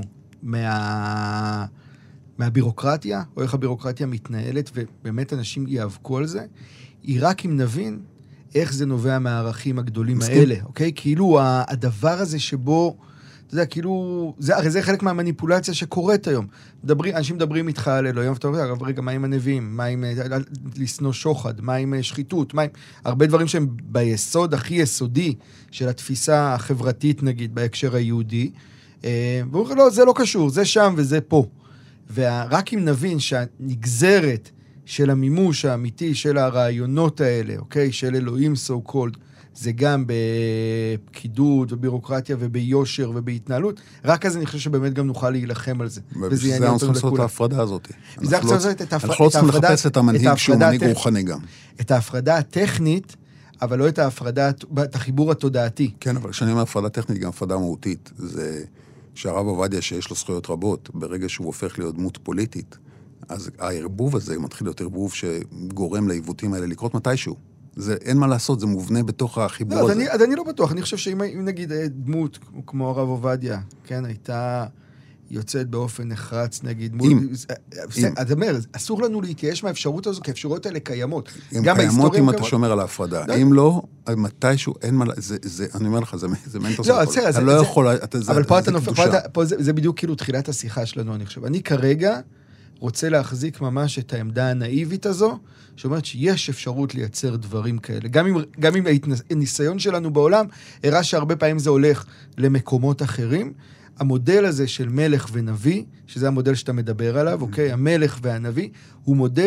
מה... מהבירוקרטיה, או איך הבירוקרטיה מתנהלת, ובאמת אנשים יאבקו על זה, היא רק אם נבין איך זה נובע מהערכים הגדולים מסכים. האלה, אוקיי? כאילו הדבר הזה שבו, אתה יודע, כאילו, זה, הרי זה חלק מהמניפולציה שקורית היום. מדברים, אנשים מדברים איתך על אלוהים, ואתה אומר, רגע, מה עם הנביאים? מה עם לסנוע שוחד? מה עם שחיתות? מה עם... הרבה דברים שהם ביסוד הכי יסודי של התפיסה החברתית, נגיד, בהקשר היהודי, והוא אומר, לא, זה לא קשור, זה שם וזה פה. ורק אם נבין שהנגזרת של המימוש האמיתי של הרעיונות האלה, אוקיי, של אלוהים so called, זה גם בפקידות ובירוקרטיה וביושר ובהתנהלות, רק אז אני חושב שבאמת גם נוכל להילחם על זה. ובשביל זה אנחנו צריכים לעשות את ההפרדה הזאת. אנחנו לא צריכים לחפש את המנהיג שהוא מנהיג רוחני גם. את ההפרדה הטכנית, אבל לא את ההפרדה, את החיבור התודעתי. כן, אבל כשאני אומר הפרדה טכנית, גם הפרדה מהותית, זה... שהרב עובדיה שיש לו זכויות רבות, ברגע שהוא הופך להיות דמות פוליטית, אז הערבוב הזה מתחיל להיות ערבוב שגורם לעיוותים האלה לקרות מתישהו. זה, אין מה לעשות, זה מובנה בתוך החיבור לא, הזה. אז אני, אז אני לא בטוח, אני חושב שאם נגיד דמות כמו הרב עובדיה, כן, הייתה יוצאת באופן נחרץ, נגיד, מול... אם. אתה אומר, אסור לנו להתייאש מהאפשרות הזו, כי האפשרויות האלה קיימות. הן קיימות אם אתה שומר על ההפרדה. אם לא, מתישהו אין מה... אני אומר לך, זה מנטוס. לא, בסדר, אתה לא יכול... אבל פה אתה נופל, פה זה בדיוק כאילו תחילת השיחה שלנו, אני חושב. אני כרגע רוצה להחזיק ממש את העמדה הנאיבית הזו, שאומרת שיש אפשרות לייצר דברים כאלה. גם אם הניסיון שלנו בעולם, הראה שהרבה פעמים זה הולך למקומות אחרים, המודל הזה של מלך ונביא, שזה המודל שאתה מדבר עליו, אוקיי? המלך והנביא, הוא מודל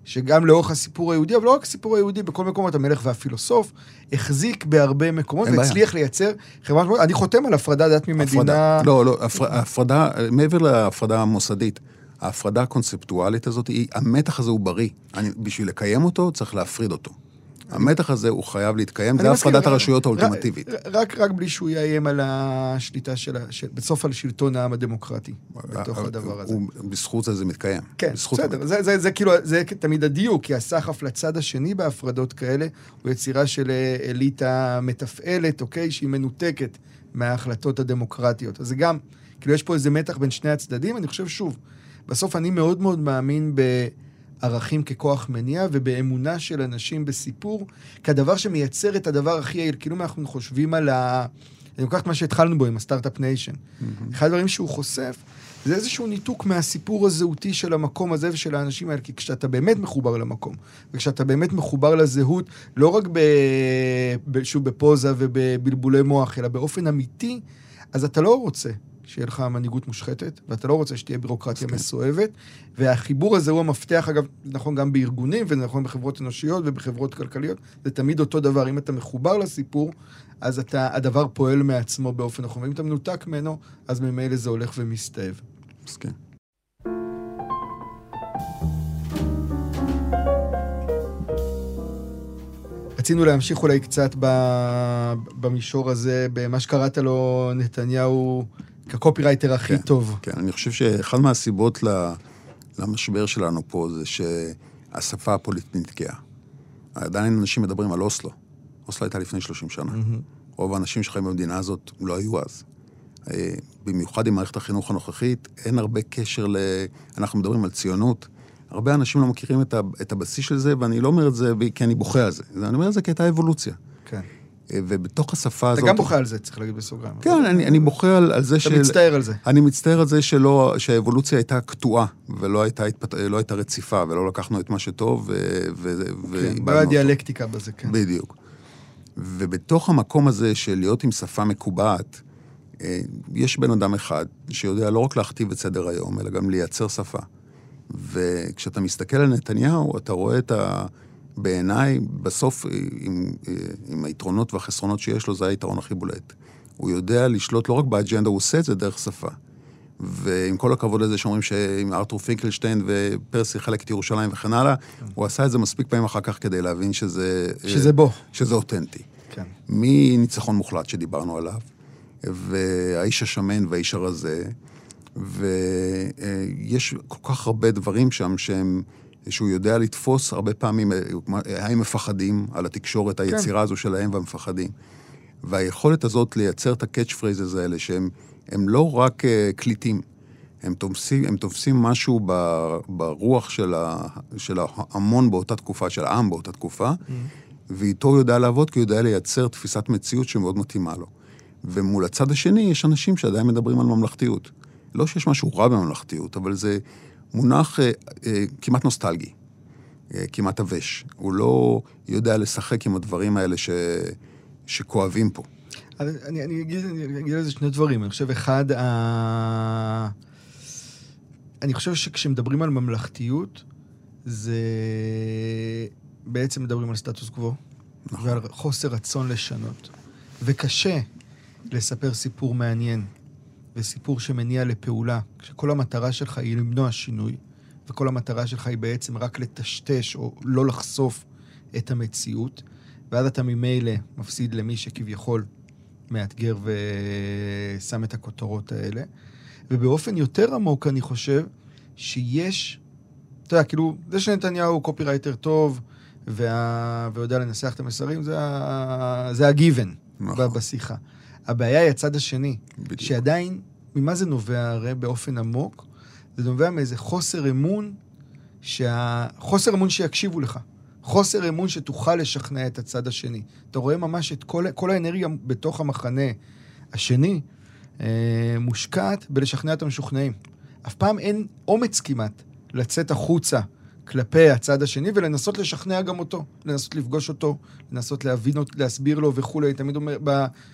שגם לאורך הסיפור היהודי, אבל לא רק הסיפור היהודי, בכל מקומות המלך והפילוסוף, החזיק בהרבה מקומות, והצליח לייצר חברה, אני חותם על הפרדה דת ממדינה... לא, לא, הפרדה, מעבר להפרדה המוסדית, ההפרדה הקונספטואלית הזאת, המתח הזה הוא בריא. בשביל לקיים אותו, צריך להפריד אותו. המתח הזה הוא חייב להתקיים, זה הפרדת הרשויות האולטימטיבית. רק, רק בלי שהוא יאיים על השליטה של, בסוף על שלטון העם הדמוקרטי, בתוך הדבר הזה. בזכות זה זה מתקיים. כן, בסדר, זה, זה, זה כאילו, זה תמיד הדיוק, כי הסחף לצד השני בהפרדות כאלה, הוא יצירה של אליטה מתפעלת, אוקיי, שהיא מנותקת מההחלטות הדמוקרטיות. אז זה גם, כאילו יש פה איזה מתח בין שני הצדדים, אני חושב שוב, בסוף אני מאוד מאוד מאמין ב... ערכים ככוח מניע, ובאמונה של אנשים בסיפור, כדבר שמייצר את הדבר הכי יעיל. כאילו אנחנו חושבים על ה... אני לוקח את מה שהתחלנו בו עם הסטארט-אפ ניישן. Mm-hmm. אחד הדברים שהוא חושף, זה איזשהו ניתוק מהסיפור הזהותי של המקום הזה ושל האנשים האלה, כי כשאתה באמת מחובר למקום, וכשאתה באמת מחובר לזהות, לא רק ב... ב... שוב בפוזה ובבלבולי מוח, אלא באופן אמיתי, אז אתה לא רוצה שיהיה לך מנהיגות מושחתת, ואתה לא רוצה שתהיה בירוקרטיה מסואבת, והחיבור הזה הוא המפתח, אגב, נכון גם בארגונים, ונכון בחברות אנושיות ובחברות כלכליות, זה תמיד אותו דבר. אם אתה מחובר לסיפור, אז אתה, הדבר פועל מעצמו באופן נכון, ואם אתה מנותק ממנו, אז ממילא זה הולך ומסתאב. מסכים. רצינו להמשיך אולי קצת במישור הזה, במה שקראת לו נתניהו, כקופירייטר הכי טוב. כן, אני חושב שאחד מהסיבות למשבר שלנו פה זה שהשפה הפוליטית נתקעה. עדיין אנשים מדברים על אוסלו. אוסלו הייתה לפני שלושים שנה. רוב האנשים שחיים במדינה הזאת לא היו אז. במיוחד עם מערכת החינוך הנוכחית, אין הרבה קשר ל... אנחנו מדברים על ציונות. הרבה אנשים לא מכירים את הבסיס של זה, ואני לא אומר את זה כי אני בוכה על זה. אני אומר את זה כי הייתה אבולוציה. כן. ובתוך השפה הזאת... אתה גם בוכה על זה, צריך להגיד בסוגריים. כן, אני, אני בוכה על, על זה אתה מצטער על זה. אני מצטער על זה שלא, שהאבולוציה הייתה קטועה, ולא הייתה, לא הייתה רציפה, ולא לקחנו את מה שטוב, ו... ו כן, לא היה דיאלקטיקה בזה, כן. בדיוק. ובתוך המקום הזה של להיות עם שפה מקובעת, יש בן אדם אחד שיודע לא רק להכתיב את סדר היום, אלא גם לייצר שפה. וכשאתה מסתכל על נתניהו, אתה רואה את ה... בעיניי, בסוף, עם, עם היתרונות והחסרונות שיש לו, זה היתרון הכי בולט. הוא יודע לשלוט לא רק באג'נדה, הוא עושה את זה דרך שפה. ועם כל הכבוד לזה שאומרים שעם ארתור פינקלשטיין ופרסי חלק את ירושלים וכן הלאה, הוא עשה את זה מספיק פעמים אחר כך כדי להבין שזה... שזה בו. שזה אותנטי. כן. מניצחון מוחלט שדיברנו עליו, והאיש השמן והאיש הרזה, ויש כל כך הרבה דברים שם שהם... שהוא יודע לתפוס הרבה פעמים, הם מפחדים על התקשורת, היצירה הזו שלהם והמפחדים. והיכולת הזאת לייצר את הקאץ' פרייזס האלה, שהם הם לא רק קליטים, הם תופסים, הם תופסים משהו ברוח של, ה, של ההמון באותה תקופה, של העם באותה תקופה, mm. ואיתו הוא יודע לעבוד, כי הוא יודע לייצר תפיסת מציאות שמאוד מתאימה לו. ומול הצד השני, יש אנשים שעדיין מדברים על ממלכתיות. לא שיש משהו רע בממלכתיות, אבל זה... מונח אה, אה, כמעט נוסטלגי, אה, כמעט אבש. הוא לא יודע לשחק עם הדברים האלה ש... שכואבים פה. אני, אני, אגיד, אני אגיד לזה שני דברים. אני חושב, אחד, ה... אני חושב שכשמדברים על ממלכתיות, זה בעצם מדברים על סטטוס קוו, נכון. ועל חוסר רצון לשנות. וקשה לספר סיפור מעניין. וסיפור שמניע לפעולה, כשכל המטרה שלך היא למנוע שינוי, וכל המטרה שלך היא בעצם רק לטשטש או לא לחשוף את המציאות, ואז אתה ממילא מפסיד למי שכביכול מאתגר ושם את הכותרות האלה. ובאופן יותר עמוק אני חושב שיש, אתה יודע, כאילו, זה שנתניהו הוא קופירייטר טוב, וה... ויודע לנסח את המסרים, זה, ה... זה הגיוון נכון. בשיחה. הבעיה היא הצד השני, בדיוק. שעדיין, ממה זה נובע הרי באופן עמוק? זה נובע מאיזה חוסר אמון, שה... חוסר אמון שיקשיבו לך. חוסר אמון שתוכל לשכנע את הצד השני. אתה רואה ממש את כל, כל האנרגיה בתוך המחנה השני, אה, מושקעת בלשכנע את המשוכנעים. אף פעם אין אומץ כמעט לצאת החוצה כלפי הצד השני, ולנסות לשכנע גם אותו, לנסות לפגוש אותו, לנסות להבין אותו, להסביר לו וכו'. תמיד אומר, ב...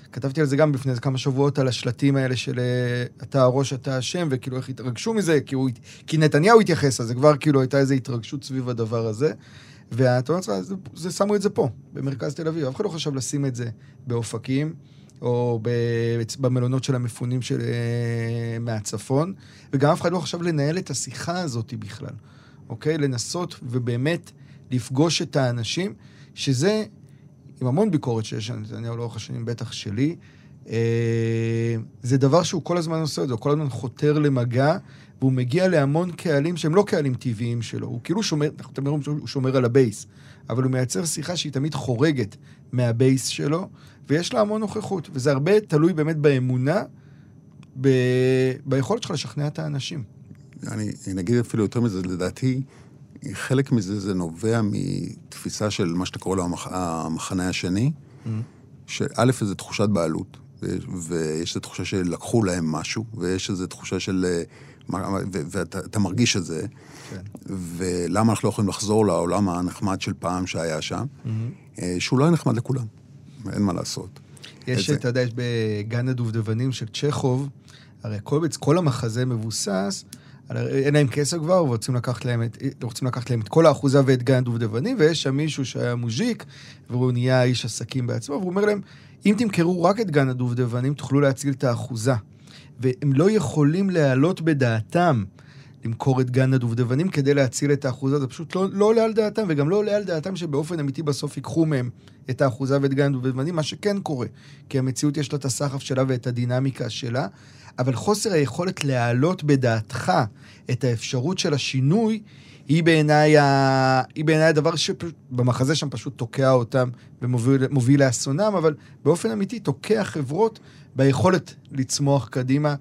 כתבתי על זה גם בפני כמה שבועות, על השלטים האלה של אתה הראש, אתה השם, וכאילו איך התרגשו מזה, כי, הוא, כי נתניהו התייחס, אז זה כבר כאילו הייתה איזו התרגשות סביב הדבר הזה, ואתה אומר, זה, זה שמו את זה פה, במרכז תל אביב. אף אחד לא חשב לשים את זה באופקים, או במלונות של המפונים של, מהצפון, וגם אף אחד לא חשב לנהל את השיחה הזאת בכלל, אוקיי? לנסות ובאמת לפגוש את האנשים, שזה, עם המון ביקורת שיש, אני לא לאורך השנים בטח שלי, זה דבר שהוא כל הזמן עושה את זה, הוא כל הזמן חותר למגע, והוא מגיע להמון קהלים שהם לא קהלים טבעיים שלו, הוא כאילו שומר, אנחנו תמיד אומרים שהוא שומר על הבייס, אבל הוא מייצר שיחה שהיא תמיד חורגת מהבייס שלו, ויש לה המון נוכחות, וזה הרבה תלוי באמת באמונה, ב... ביכולת שלך לשכנע את האנשים. אני, אני נגיד אפילו יותר מזה, לדעתי, חלק מזה זה נובע מתפיסה של מה שאתה קורא לו המח... המחנה השני, mm-hmm. שא' איזו תחושת בעלות, ו... ויש איזו תחושה שלקחו להם משהו, ויש איזו תחושה של... ו... ואתה מרגיש את זה, כן. ולמה אנחנו לא יכולים לחזור לעולם הנחמד של פעם שהיה שם, mm-hmm. שהוא לא היה נחמד לכולם. אין מה לעשות. יש, אתה יודע, יש בגן הדובדבנים של צ'כוב, הרי כל, כל המחזה מבוסס, אין להם כסף כבר, ורוצים לקחת להם את, רוצים לקחת להם את כל האחוזה ואת גן הדובדבנים, ויש שם מישהו שהיה מוז'יק, והוא נהיה איש עסקים בעצמו, והוא אומר להם, אם תמכרו רק את גן הדובדבנים, תוכלו להציל את האחוזה. והם לא יכולים להעלות בדעתם, למכור את גן הדובדבנים כדי להציל את האחוזה, זה פשוט לא, לא עולה על דעתם, וגם לא עולה על דעתם שבאופן אמיתי בסוף ייקחו מהם את האחוזה ואת גן הדובדבנים, מה שכן קורה, כי המציאות יש לה את הסחף שלה ואת הדינמיקה שלה, אבל חוסר היכולת להעלות בדעתך את האפשרות של השינוי, היא בעיניי, ה... היא בעיניי הדבר שבמחזה שם פשוט תוקע אותם ומוביל לאסונם, אבל באופן אמיתי תוקע חברות ביכולת לצמוח קדימה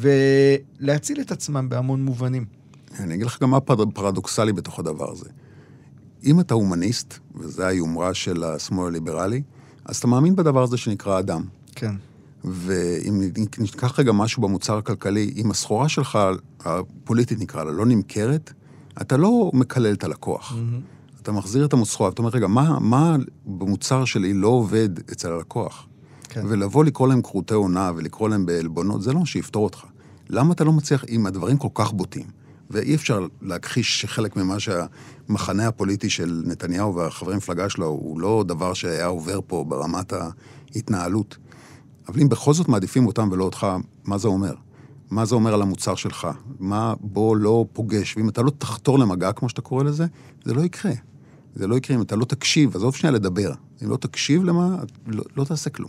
ולהציל את עצמם בהמון מובנים. אני אגיד לך גם מה פרדוקסלי בתוך הדבר הזה. אם אתה הומניסט, וזה היומרה של השמאל הליברלי, אז אתה מאמין בדבר הזה שנקרא אדם. כן. ואם ניקח רגע משהו במוצר הכלכלי, אם הסחורה שלך, הפוליטית נקרא לה, לא נמכרת, אתה לא מקלל את הלקוח. Mm-hmm. אתה מחזיר את המוצחורה, אתה אומר, רגע, מה, מה במוצר שלי לא עובד אצל הלקוח? כן. ולבוא לקרוא להם קרוטי עונה ולקרוא להם בעלבונות, זה לא שיפתור אותך. למה אתה לא מצליח עם הדברים כל כך בוטים? ואי אפשר להכחיש שחלק ממה שהמחנה הפוליטי של נתניהו והחברי מפלגה שלו הוא לא דבר שהיה עובר פה ברמת ההתנהלות. אבל אם בכל זאת מעדיפים אותם ולא אותך, מה זה אומר? מה זה אומר על המוצר שלך? מה בו לא פוגש? ואם אתה לא תחתור למגע, כמו שאתה קורא לזה, זה לא יקרה. זה לא יקרה אם אתה לא תקשיב, עזוב שנייה לדבר. אם לא תקשיב למה, לא, לא תעשה כלום.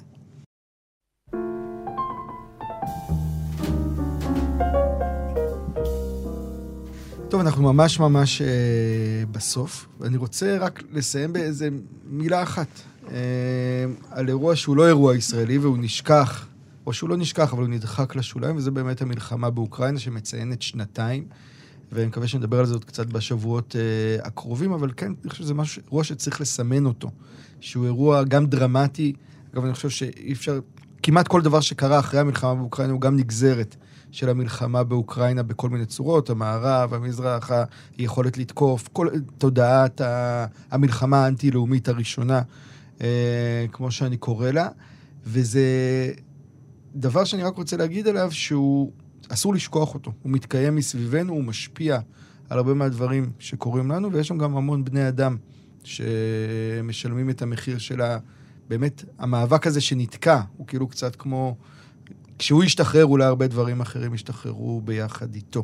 טוב, אנחנו ממש ממש אה, בסוף, ואני רוצה רק לסיים באיזה מילה אחת, אה, על אירוע שהוא לא אירוע ישראלי, והוא נשכח, או שהוא לא נשכח, אבל הוא נדחק לשוליים, וזה באמת המלחמה באוקראינה, שמציינת שנתיים, ואני מקווה שנדבר על זה עוד קצת בשבועות אה, הקרובים, אבל כן, אני חושב שזה משהו, אירוע שצריך לסמן אותו, שהוא אירוע גם דרמטי, אגב, אני חושב שאי אפשר, כמעט כל דבר שקרה אחרי המלחמה באוקראינה, הוא גם נגזרת, של המלחמה באוקראינה בכל מיני צורות, המערב, המזרח, היכולת לתקוף, כל תודעת המלחמה האנטי-לאומית הראשונה, אה, כמו שאני קורא לה, וזה דבר שאני רק רוצה להגיד עליו, שהוא אסור לשכוח אותו, הוא מתקיים מסביבנו, הוא משפיע על הרבה מהדברים שקורים לנו, ויש שם גם המון בני אדם שמשלמים את המחיר של באמת המאבק הזה שנתקע, הוא כאילו קצת כמו... כשהוא ישתחרר, אולי הרבה דברים אחרים ישתחררו ביחד איתו.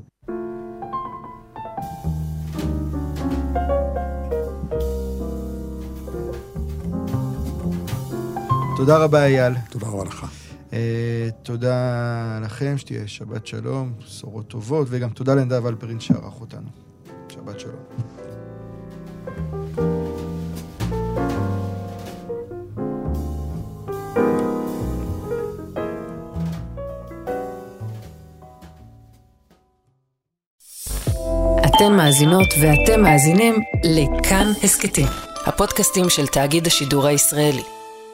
תודה רבה, אייל. תודה רבה לך. Uh, תודה לכם, שתהיה שבת שלום, בשורות טובות, וגם תודה לנדב אלפרין שערך אותנו. שבת שלום. אתן מאזינות ואתם מאזינים לכאן הסקטים, הפודקאסטים של תאגיד השידור הישראלי.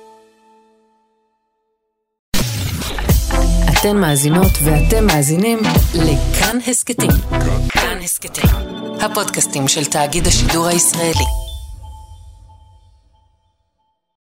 אתן מאזינות ואתם מאזינים לכאן הסקטים. כאן הסקטים, הפודקאסטים של תאגיד השידור הישראלי.